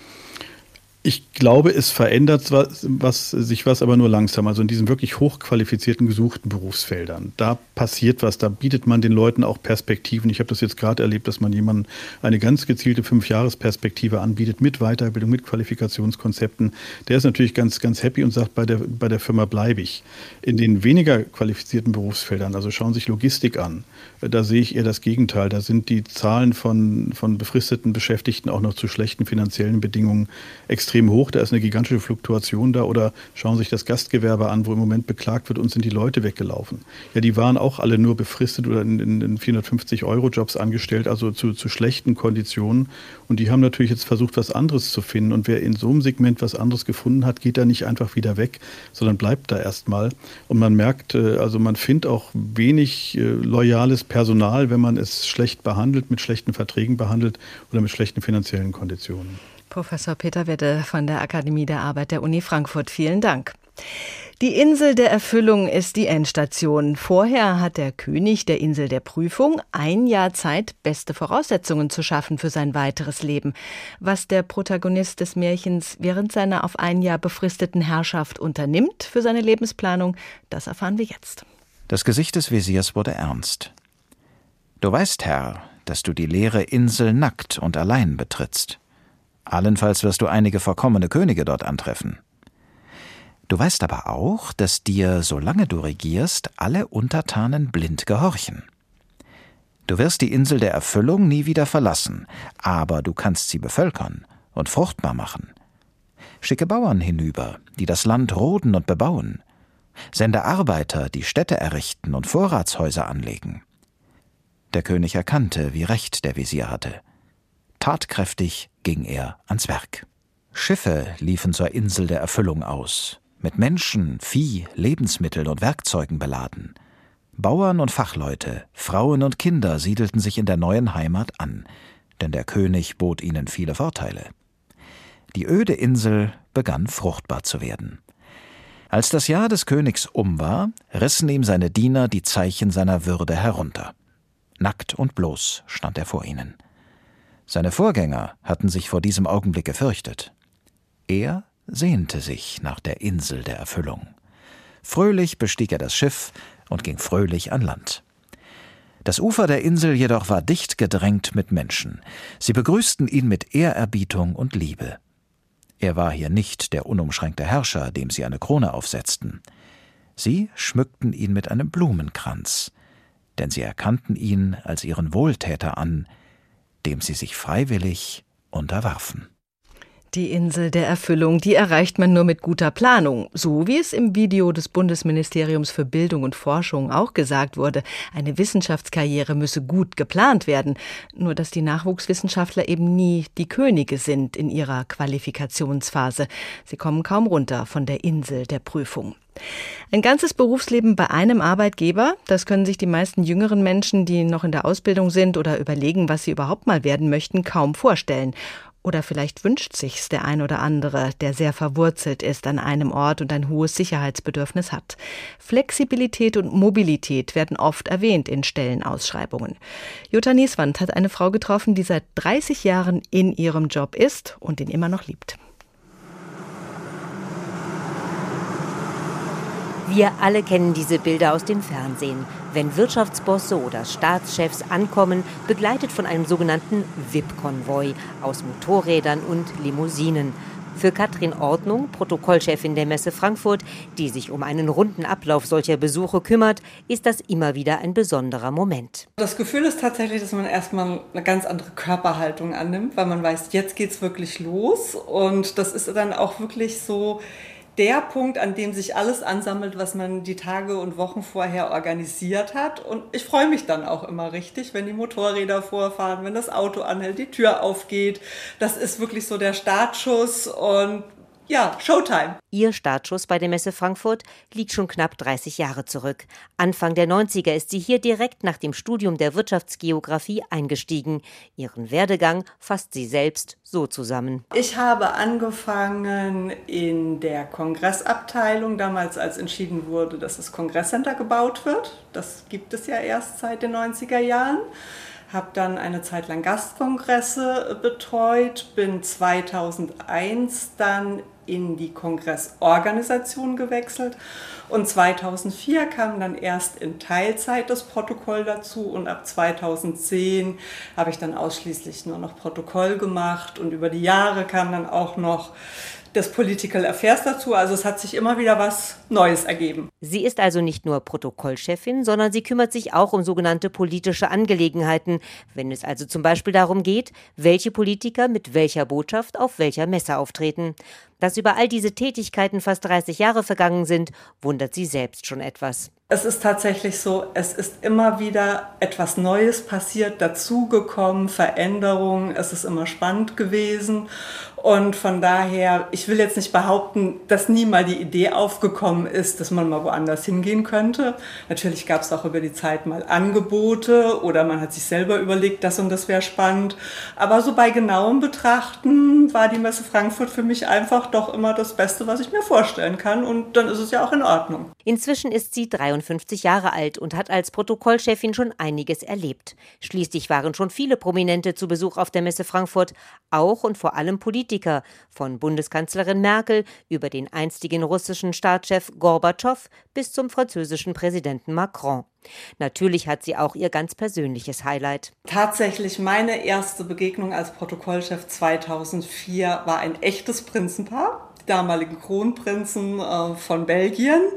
Ich glaube, es verändert sich was, aber nur langsam. Also in diesen wirklich hochqualifizierten, gesuchten Berufsfeldern. Da passiert was, da bietet man den Leuten auch Perspektiven. Ich habe das jetzt gerade erlebt, dass man jemandem eine ganz gezielte 5-Jahres-Perspektive anbietet mit Weiterbildung, mit Qualifikationskonzepten. Der ist natürlich ganz, ganz happy und sagt, bei der Firma bleibe ich. In den weniger qualifizierten Berufsfeldern, also schauen Sie sich Logistik an, da sehe ich eher das Gegenteil. Da sind die Zahlen von befristeten Beschäftigten auch noch zu schlechten finanziellen Bedingungen extrem hoch, da ist eine gigantische Fluktuation da. Oder schauen Sie sich das Gastgewerbe an, wo im Moment beklagt wird, uns sind die Leute weggelaufen. Ja, die waren auch alle nur befristet oder in 450-Euro-Jobs angestellt, also zu schlechten Konditionen. Und die haben natürlich jetzt versucht, was anderes zu finden. Und wer in so einem Segment was anderes gefunden hat, geht da nicht einfach wieder weg, sondern bleibt da erstmal. Und man merkt, also man findet auch wenig loyales Personal, wenn man es schlecht behandelt, mit schlechten Verträgen behandelt oder mit schlechten finanziellen Konditionen. Professor Peter Wedde von der Akademie der Arbeit der Uni Frankfurt. Vielen Dank. Die Insel der Erfüllung ist die Endstation. Vorher hat der König der Insel der Prüfung 1 Jahr Zeit, beste Voraussetzungen zu schaffen für sein weiteres Leben. Was der Protagonist des Märchens während seiner auf 1 Jahr befristeten Herrschaft unternimmt für seine Lebensplanung, das erfahren wir jetzt. Das Gesicht des Wesirs wurde ernst. Du weißt, Herr, dass du die leere Insel nackt und allein betrittst. Allenfalls wirst du einige verkommene Könige dort antreffen. Du weißt aber auch, dass dir, solange du regierst, alle Untertanen blind gehorchen. Du wirst die Insel der Erfüllung nie wieder verlassen, aber du kannst sie bevölkern und fruchtbar machen. Schicke Bauern hinüber, die das Land roden und bebauen. Sende Arbeiter, die Städte errichten und Vorratshäuser anlegen. Der König erkannte, wie recht der Wesir hatte. Tatkräftig ging er ans Werk. Schiffe liefen zur Insel der Erfüllung aus, mit Menschen, Vieh, Lebensmitteln und Werkzeugen beladen. Bauern und Fachleute, Frauen und Kinder siedelten sich in der neuen Heimat an, denn der König bot ihnen viele Vorteile. Die öde Insel begann fruchtbar zu werden. Als das Jahr des Königs war, rissen ihm seine Diener die Zeichen seiner Würde herunter. Nackt und bloß stand er vor ihnen. Seine Vorgänger hatten sich vor diesem Augenblick gefürchtet. Er sehnte sich nach der Insel der Erfüllung. Fröhlich bestieg er das Schiff und ging fröhlich an Land. Das Ufer der Insel jedoch war dicht gedrängt mit Menschen. Sie begrüßten ihn mit Ehrerbietung und Liebe. Er war hier nicht der unumschränkte Herrscher, dem sie eine Krone aufsetzten. Sie schmückten ihn mit einem Blumenkranz, denn sie erkannten ihn als ihren Wohltäter an, dem sie sich freiwillig unterwarfen. Die Insel der Erfüllung, die erreicht man nur mit guter Planung. So wie es im Video des Bundesministeriums für Bildung und Forschung auch gesagt wurde, eine Wissenschaftskarriere müsse gut geplant werden. Nur dass die Nachwuchswissenschaftler eben nie die Könige sind in ihrer Qualifikationsphase. Sie kommen kaum runter von der Insel der Prüfung. Ein ganzes Berufsleben bei einem Arbeitgeber, das können sich die meisten jüngeren Menschen, die noch in der Ausbildung sind oder überlegen, was sie überhaupt mal werden möchten, kaum vorstellen. Oder vielleicht wünscht sich's der ein oder andere, der sehr verwurzelt ist an einem Ort und ein hohes Sicherheitsbedürfnis hat. Flexibilität und Mobilität werden oft erwähnt in Stellenausschreibungen. Jutta Nieswand hat eine Frau getroffen, die seit 30 Jahren in ihrem Job ist und ihn immer noch liebt. Wir alle kennen diese Bilder aus dem Fernsehen. Wenn Wirtschaftsbosse oder Staatschefs ankommen, begleitet von einem sogenannten VIP-Konvoi aus Motorrädern und Limousinen. Für Katrin Ordnung, Protokollchefin der Messe Frankfurt, die sich um einen runden Ablauf solcher Besuche kümmert, ist das immer wieder ein besonderer Moment. Das Gefühl ist tatsächlich, dass man erstmal eine ganz andere Körperhaltung annimmt, weil man weiß, jetzt geht's wirklich los. Und das ist dann auch wirklich so der Punkt, an dem sich alles ansammelt, was man die Tage und Wochen vorher organisiert hat. Und ich freue mich dann auch immer richtig, wenn die Motorräder vorfahren, wenn das Auto anhält, die Tür aufgeht. Das ist wirklich so der Startschuss und ja, Showtime. Ihr Startschuss bei der Messe Frankfurt liegt schon knapp 30 Jahre zurück. Anfang der 90er ist sie hier direkt nach dem Studium der Wirtschaftsgeografie eingestiegen. Ihren Werdegang fasst sie selbst so zusammen. Ich habe angefangen in der Kongressabteilung, damals als entschieden wurde, dass das Kongresscenter gebaut wird. Das gibt es ja erst seit den 90er Jahren. Habe dann eine Zeit lang Gastkongresse betreut, bin 2001 dann in die Kongressorganisation gewechselt und 2004 kam dann erst in Teilzeit das Protokoll dazu und ab 2010 habe ich dann ausschließlich nur noch Protokoll gemacht und über die Jahre kam dann auch noch das Political Affairs dazu, also es hat sich immer wieder was Neues ergeben. Sie ist also nicht nur Protokollchefin, sondern sie kümmert sich auch um sogenannte politische Angelegenheiten, wenn es also zum Beispiel darum geht, welche Politiker mit welcher Botschaft auf welcher Messe auftreten. Dass über all diese Tätigkeiten fast 30 Jahre vergangen sind, wundert sie selbst schon etwas. Es ist tatsächlich so, es ist immer wieder etwas Neues passiert, dazugekommen, Veränderungen, es ist immer spannend gewesen und von daher, ich will jetzt nicht behaupten, dass nie mal die Idee aufgekommen ist, dass man mal woanders hingehen könnte. Natürlich gab es auch über die Zeit mal Angebote oder man hat sich selber überlegt, das und das wäre spannend, aber so bei genauem Betrachten war die Messe Frankfurt für mich einfach doch immer das Beste, was ich mir vorstellen kann und dann ist es ja auch in Ordnung. Inzwischen ist sie 53 Jahre alt und hat als Protokollchefin schon einiges erlebt. Schließlich waren schon viele Prominente zu Besuch auf der Messe Frankfurt, auch und vor allem Politiker, von Bundeskanzlerin Merkel über den einstigen russischen Staatschef Gorbatschow bis zum französischen Präsidenten Macron. Natürlich hat sie auch ihr ganz persönliches Highlight. Tatsächlich meine erste Begegnung als Protokollchef 2004 war ein echtes Prinzenpaar, die damaligen Kronprinzen von Belgien.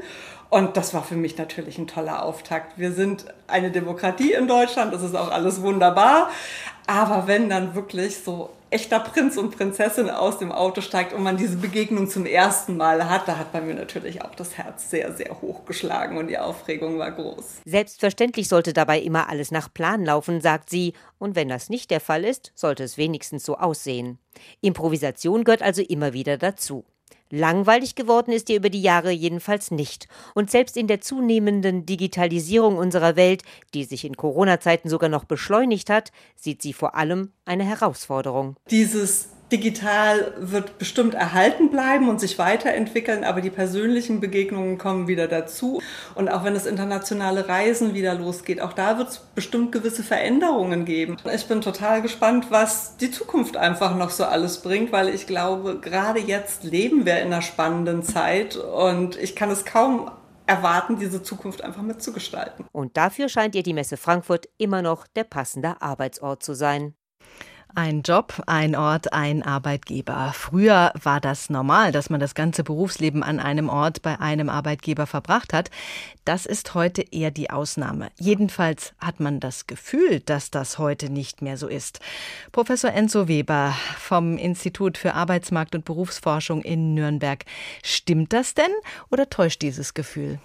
Und das war für mich natürlich ein toller Auftakt. Wir sind eine Demokratie in Deutschland, das ist auch alles wunderbar. Aber wenn dann wirklich so echter Prinz und Prinzessin aus dem Auto steigt und man diese Begegnung zum ersten Mal hat, da hat bei mir natürlich auch das Herz sehr, sehr hoch geschlagen und die Aufregung war groß. Selbstverständlich sollte dabei immer alles nach Plan laufen, sagt sie. Und wenn das nicht der Fall ist, sollte es wenigstens so aussehen. Improvisation gehört also immer wieder dazu. Langweilig geworden ist ihr über die Jahre jedenfalls nicht. Und selbst in der zunehmenden Digitalisierung unserer Welt, die sich in Corona-Zeiten sogar noch beschleunigt hat, sieht sie vor allem eine Herausforderung. Dieses Digital wird bestimmt erhalten bleiben und sich weiterentwickeln, aber die persönlichen Begegnungen kommen wieder dazu. Und auch wenn das internationale Reisen wieder losgeht, auch da wird es bestimmt gewisse Veränderungen geben. Ich bin total gespannt, was die Zukunft einfach noch so alles bringt, weil ich glaube, gerade jetzt leben wir in einer spannenden Zeit und ich kann es kaum erwarten, diese Zukunft einfach mitzugestalten. Und dafür scheint ihr die Messe Frankfurt immer noch der passende Arbeitsort zu sein. Ein Job, ein Ort, ein Arbeitgeber. Früher war das normal, dass man das ganze Berufsleben an einem Ort bei einem Arbeitgeber verbracht hat. Das ist heute eher die Ausnahme. Jedenfalls hat man das Gefühl, dass das heute nicht mehr so ist. Professor Enzo Weber vom Institut für Arbeitsmarkt- und Berufsforschung in Nürnberg. Stimmt das denn oder täuscht dieses Gefühl?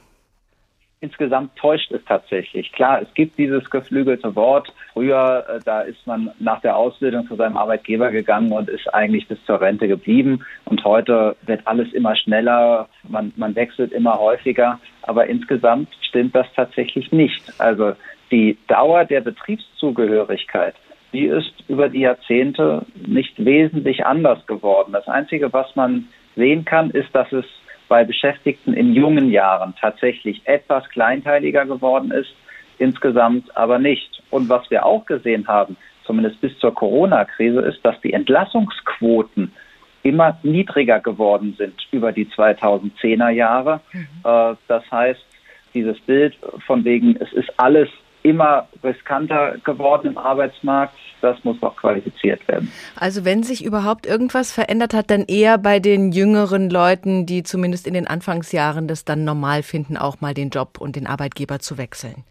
Insgesamt täuscht es tatsächlich. Klar, es gibt dieses geflügelte Wort. Früher, da ist man nach der Ausbildung zu seinem Arbeitgeber gegangen und ist eigentlich bis zur Rente geblieben. Und heute wird alles immer schneller, man wechselt immer häufiger. Aber insgesamt stimmt das tatsächlich nicht. Also die Dauer der Betriebszugehörigkeit, die ist über die Jahrzehnte nicht wesentlich anders geworden. Das Einzige, was man sehen kann, ist, dass es bei Beschäftigten in jungen Jahren tatsächlich etwas kleinteiliger geworden ist, insgesamt aber nicht. Und was wir auch gesehen haben, zumindest bis zur Corona-Krise, ist, dass die Entlassungsquoten immer niedriger geworden sind über die 2010er Jahre. Das heißt, dieses Bild von wegen, es ist alles immer riskanter geworden im Arbeitsmarkt, das muss noch qualifiziert werden. Also wenn sich überhaupt irgendwas verändert hat, dann eher bei den jüngeren Leuten, die zumindest in den Anfangsjahren das dann normal finden, auch mal den Job und den Arbeitgeber zu wechseln.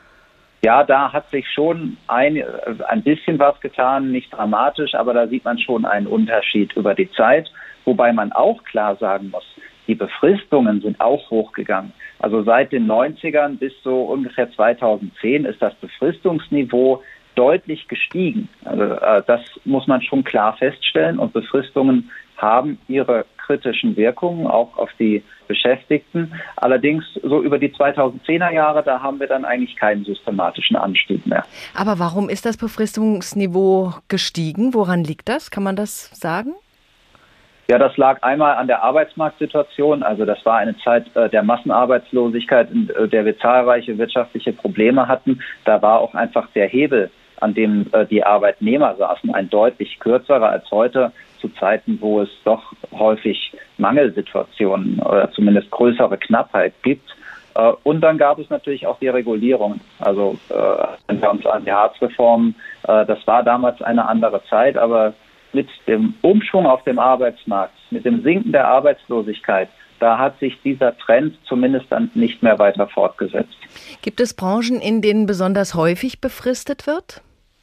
Ja, da hat sich schon ein bisschen was getan, nicht dramatisch, aber da sieht man schon einen Unterschied über die Zeit, wobei man auch klar sagen muss, die Befristungen sind auch hochgegangen. Also seit den 90ern bis so ungefähr 2010 ist das Befristungsniveau deutlich gestiegen. Also das muss man schon klar feststellen. Und Befristungen haben ihre kritischen Wirkungen auch auf die Beschäftigten. Allerdings so über die 2010er Jahre, da haben wir dann eigentlich keinen systematischen Anstieg mehr. Aber warum ist das Befristungsniveau gestiegen? Woran liegt das? Kann man das sagen? Ja, das lag einmal an der Arbeitsmarktsituation. Also das war eine Zeit der Massenarbeitslosigkeit, in der wir zahlreiche wirtschaftliche Probleme hatten. Da war auch einfach der Hebel, an dem die Arbeitnehmer saßen, ein deutlich kürzerer als heute, zu Zeiten, wo es doch häufig Mangelsituationen oder zumindest größere Knappheit gibt. Und dann gab es natürlich auch die Regulierung. Also wenn wir uns an die Hartz-Reform, das war damals eine andere Zeit, aber mit dem Umschwung auf dem Arbeitsmarkt, mit dem Sinken der Arbeitslosigkeit, da hat sich dieser Trend zumindest dann nicht mehr weiter fortgesetzt. Gibt es Branchen, in denen besonders häufig befristet wird?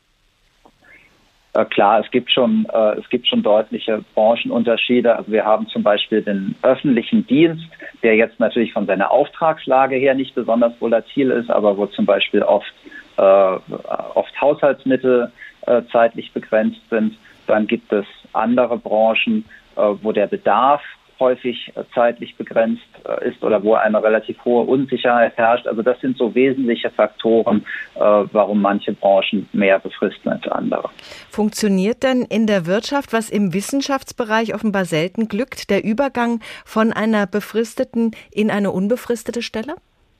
Klar, es gibt schon deutliche Branchenunterschiede. Also wir haben zum Beispiel den öffentlichen Dienst, der jetzt natürlich von seiner Auftragslage her nicht besonders volatil ist, aber wo zum Beispiel oft Haushaltsmittel zeitlich begrenzt sind. Dann gibt es andere Branchen, wo der Bedarf häufig zeitlich begrenzt ist oder wo eine relativ hohe Unsicherheit herrscht. Also das sind so wesentliche Faktoren, warum manche Branchen mehr befristen als andere. Funktioniert denn in der Wirtschaft, was im Wissenschaftsbereich offenbar selten glückt, der Übergang von einer befristeten in eine unbefristete Stelle?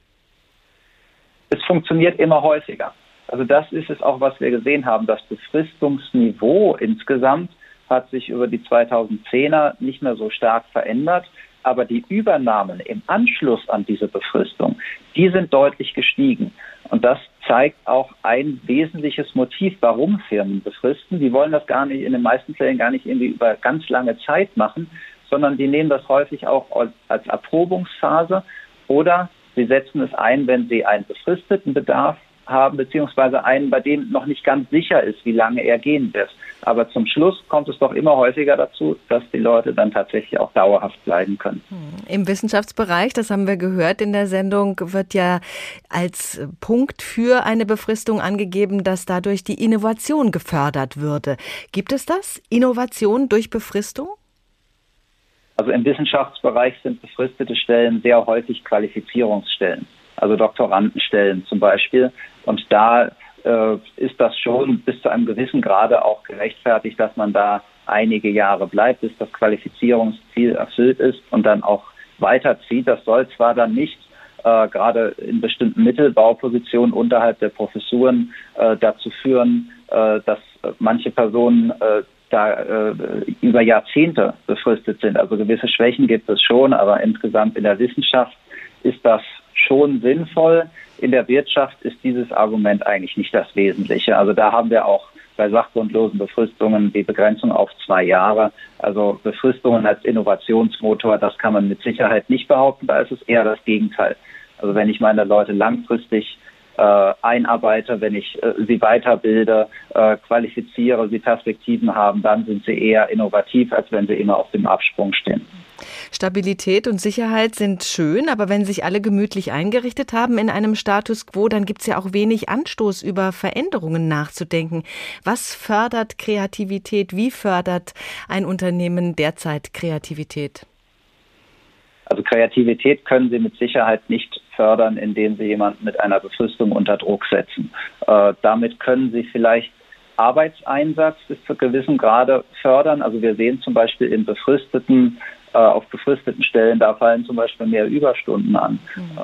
Es funktioniert immer häufiger. Also das ist es auch, was wir gesehen haben. Das Befristungsniveau insgesamt hat sich über die 2010er nicht mehr so stark verändert. Aber die Übernahmen im Anschluss an diese Befristung, die sind deutlich gestiegen. Und das zeigt auch ein wesentliches Motiv, warum Firmen befristen. Die wollen das gar nicht, in den meisten Fällen gar nicht irgendwie über ganz lange Zeit machen, sondern die nehmen das häufig auch als Erprobungsphase oder Sie setzen es ein, wenn Sie einen befristeten Bedarf haben, beziehungsweise einen, bei dem noch nicht ganz sicher ist, wie lange er gehen wird. Aber zum Schluss kommt es doch immer häufiger dazu, dass die Leute dann tatsächlich auch dauerhaft bleiben können. Im Wissenschaftsbereich, das haben wir gehört in der Sendung, wird ja als Punkt für eine Befristung angegeben, dass dadurch die Innovation gefördert würde. Gibt es das? Innovation durch Befristung? Also im Wissenschaftsbereich sind befristete Stellen sehr häufig Qualifizierungsstellen, also Doktorandenstellen zum Beispiel. Und da ist das schon bis zu einem gewissen Grade auch gerechtfertigt, dass man da einige Jahre bleibt, bis das Qualifizierungsziel erfüllt ist und dann auch weiterzieht. Das soll zwar dann nicht gerade in bestimmten Mittelbaupositionen unterhalb der Professuren dazu führen, dass manche Personen über Jahrzehnte befristet sind. Also gewisse Schwächen gibt es schon, aber insgesamt in der Wissenschaft ist das schon sinnvoll. In der Wirtschaft ist dieses Argument eigentlich nicht das Wesentliche. Also da haben wir auch bei sachgrundlosen Befristungen die Begrenzung auf 2 Jahre. Also Befristungen als Innovationsmotor, das kann man mit Sicherheit nicht behaupten. Da ist es eher das Gegenteil. Also wenn ich meine Leute langfristig einarbeite, wenn ich sie weiterbilde, qualifiziere, sie Perspektiven haben, dann sind sie eher innovativ, als wenn sie immer auf dem Absprung stehen. Stabilität und Sicherheit sind schön, aber wenn sich alle gemütlich eingerichtet haben in einem Status quo, dann gibt es ja auch wenig Anstoß, über Veränderungen nachzudenken. Was fördert Kreativität? Wie fördert ein Unternehmen derzeit Kreativität? Also Kreativität können Sie mit Sicherheit nicht fördern, indem Sie jemanden mit einer Befristung unter Druck setzen. Damit können Sie vielleicht Arbeitseinsatz bis zu gewissem Grade fördern. Also wir sehen zum Beispiel auf befristeten Stellen, da fallen zum Beispiel mehr Überstunden an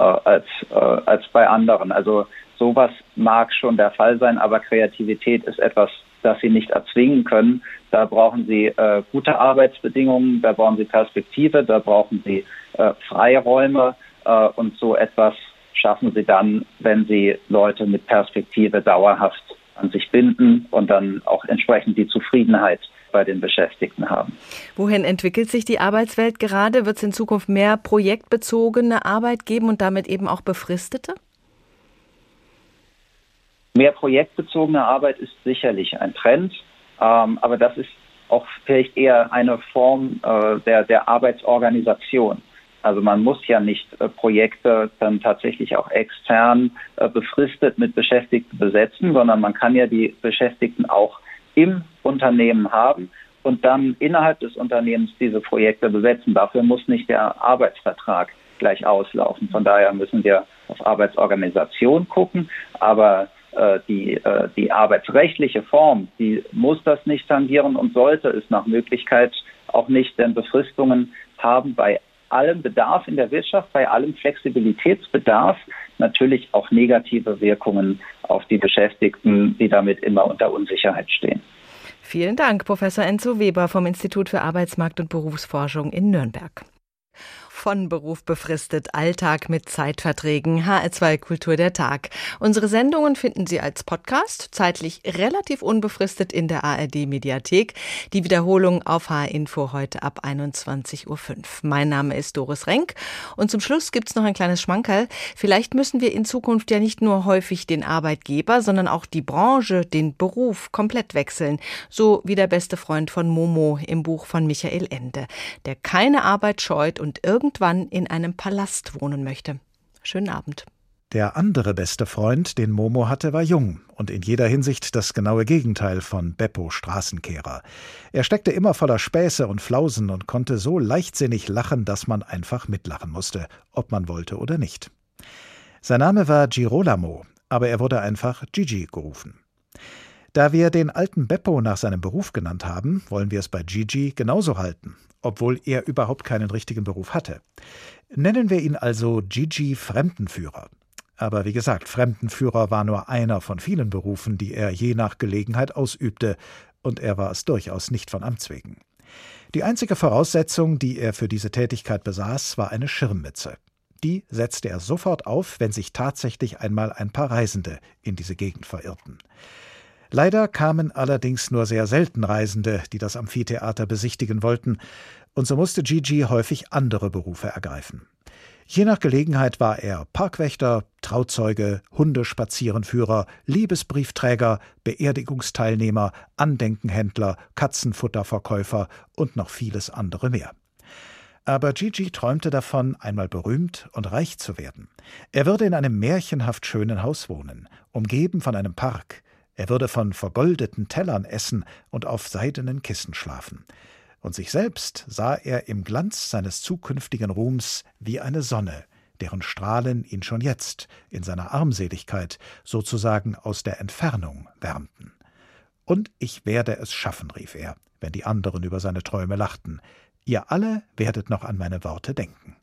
als bei anderen. Also sowas mag schon der Fall sein, aber Kreativität ist etwas, das Sie nicht erzwingen können. Da brauchen Sie gute Arbeitsbedingungen, da brauchen Sie Perspektive, da brauchen Sie Freiräume und so etwas schaffen Sie dann, wenn Sie Leute mit Perspektive dauerhaft an sich binden und dann auch entsprechend die Zufriedenheit bei den Beschäftigten haben. Wohin entwickelt sich die Arbeitswelt gerade? Wird es in Zukunft mehr projektbezogene Arbeit geben und damit eben auch befristete? Mehr projektbezogene Arbeit ist sicherlich ein Trend, aber das ist auch vielleicht eher eine Form der Arbeitsorganisation. Also man muss ja nicht Projekte dann tatsächlich auch extern befristet mit Beschäftigten besetzen, sondern man kann ja die Beschäftigten auch im Unternehmen haben und dann innerhalb des Unternehmens diese Projekte besetzen. Dafür muss nicht der Arbeitsvertrag gleich auslaufen. Von daher müssen wir auf Arbeitsorganisation gucken, aber die arbeitsrechtliche Form, die muss das nicht tangieren und sollte es nach Möglichkeit auch nicht, denn Befristungen haben bei allem Bedarf in der Wirtschaft, bei allem Flexibilitätsbedarf natürlich auch negative Wirkungen auf die Beschäftigten, die damit immer unter Unsicherheit stehen. Vielen Dank, Professor Enzo Weber vom Institut für Arbeitsmarkt- und Berufsforschung in Nürnberg. Von Beruf befristet, Alltag mit Zeitverträgen, HR2 Kultur der Tag. Unsere Sendungen finden Sie als Podcast, zeitlich relativ unbefristet in der ARD-Mediathek. Die Wiederholung auf HR-Info heute ab 21.05 Uhr. Mein Name ist Doris Renk und zum Schluss gibt's noch ein kleines Schmankerl. Vielleicht müssen wir in Zukunft ja nicht nur häufig den Arbeitgeber, sondern auch die Branche, den Beruf komplett wechseln. So wie der beste Freund von Momo im Buch von Michael Ende, der keine Arbeit scheut und irgendwann in einem Palast wohnen möchte. Schönen Abend. Der andere beste Freund, den Momo hatte, war jung und in jeder Hinsicht das genaue Gegenteil von Beppo Straßenkehrer. Er steckte immer voller Späße und Flausen und konnte so leichtsinnig lachen, dass man einfach mitlachen musste, ob man wollte oder nicht. Sein Name war Girolamo, aber er wurde einfach Gigi gerufen. Da wir den alten Beppo nach seinem Beruf genannt haben, wollen wir es bei Gigi genauso halten, obwohl er überhaupt keinen richtigen Beruf hatte. Nennen wir ihn also Gigi Fremdenführer. Aber wie gesagt, Fremdenführer war nur einer von vielen Berufen, die er je nach Gelegenheit ausübte, und er war es durchaus nicht von Amts wegen. Die einzige Voraussetzung, die er für diese Tätigkeit besaß, war eine Schirmmütze. Die setzte er sofort auf, wenn sich tatsächlich einmal ein paar Reisende in diese Gegend verirrten. Leider kamen allerdings nur sehr selten Reisende, die das Amphitheater besichtigen wollten, und so musste Gigi häufig andere Berufe ergreifen. Je nach Gelegenheit war er Parkwächter, Trauzeuge, Hundespazierenführer, Liebesbriefträger, Beerdigungsteilnehmer, Andenkenhändler, Katzenfutterverkäufer und noch vieles andere mehr. Aber Gigi träumte davon, einmal berühmt und reich zu werden. Er würde in einem märchenhaft schönen Haus wohnen, umgeben von einem Park. Er würde von vergoldeten Tellern essen und auf seidenen Kissen schlafen. Und sich selbst sah er im Glanz seines zukünftigen Ruhms wie eine Sonne, deren Strahlen ihn schon jetzt in seiner Armseligkeit sozusagen aus der Entfernung wärmten. »Und ich werde es schaffen«, rief er, wenn die anderen über seine Träume lachten. »Ihr alle werdet noch an meine Worte denken.«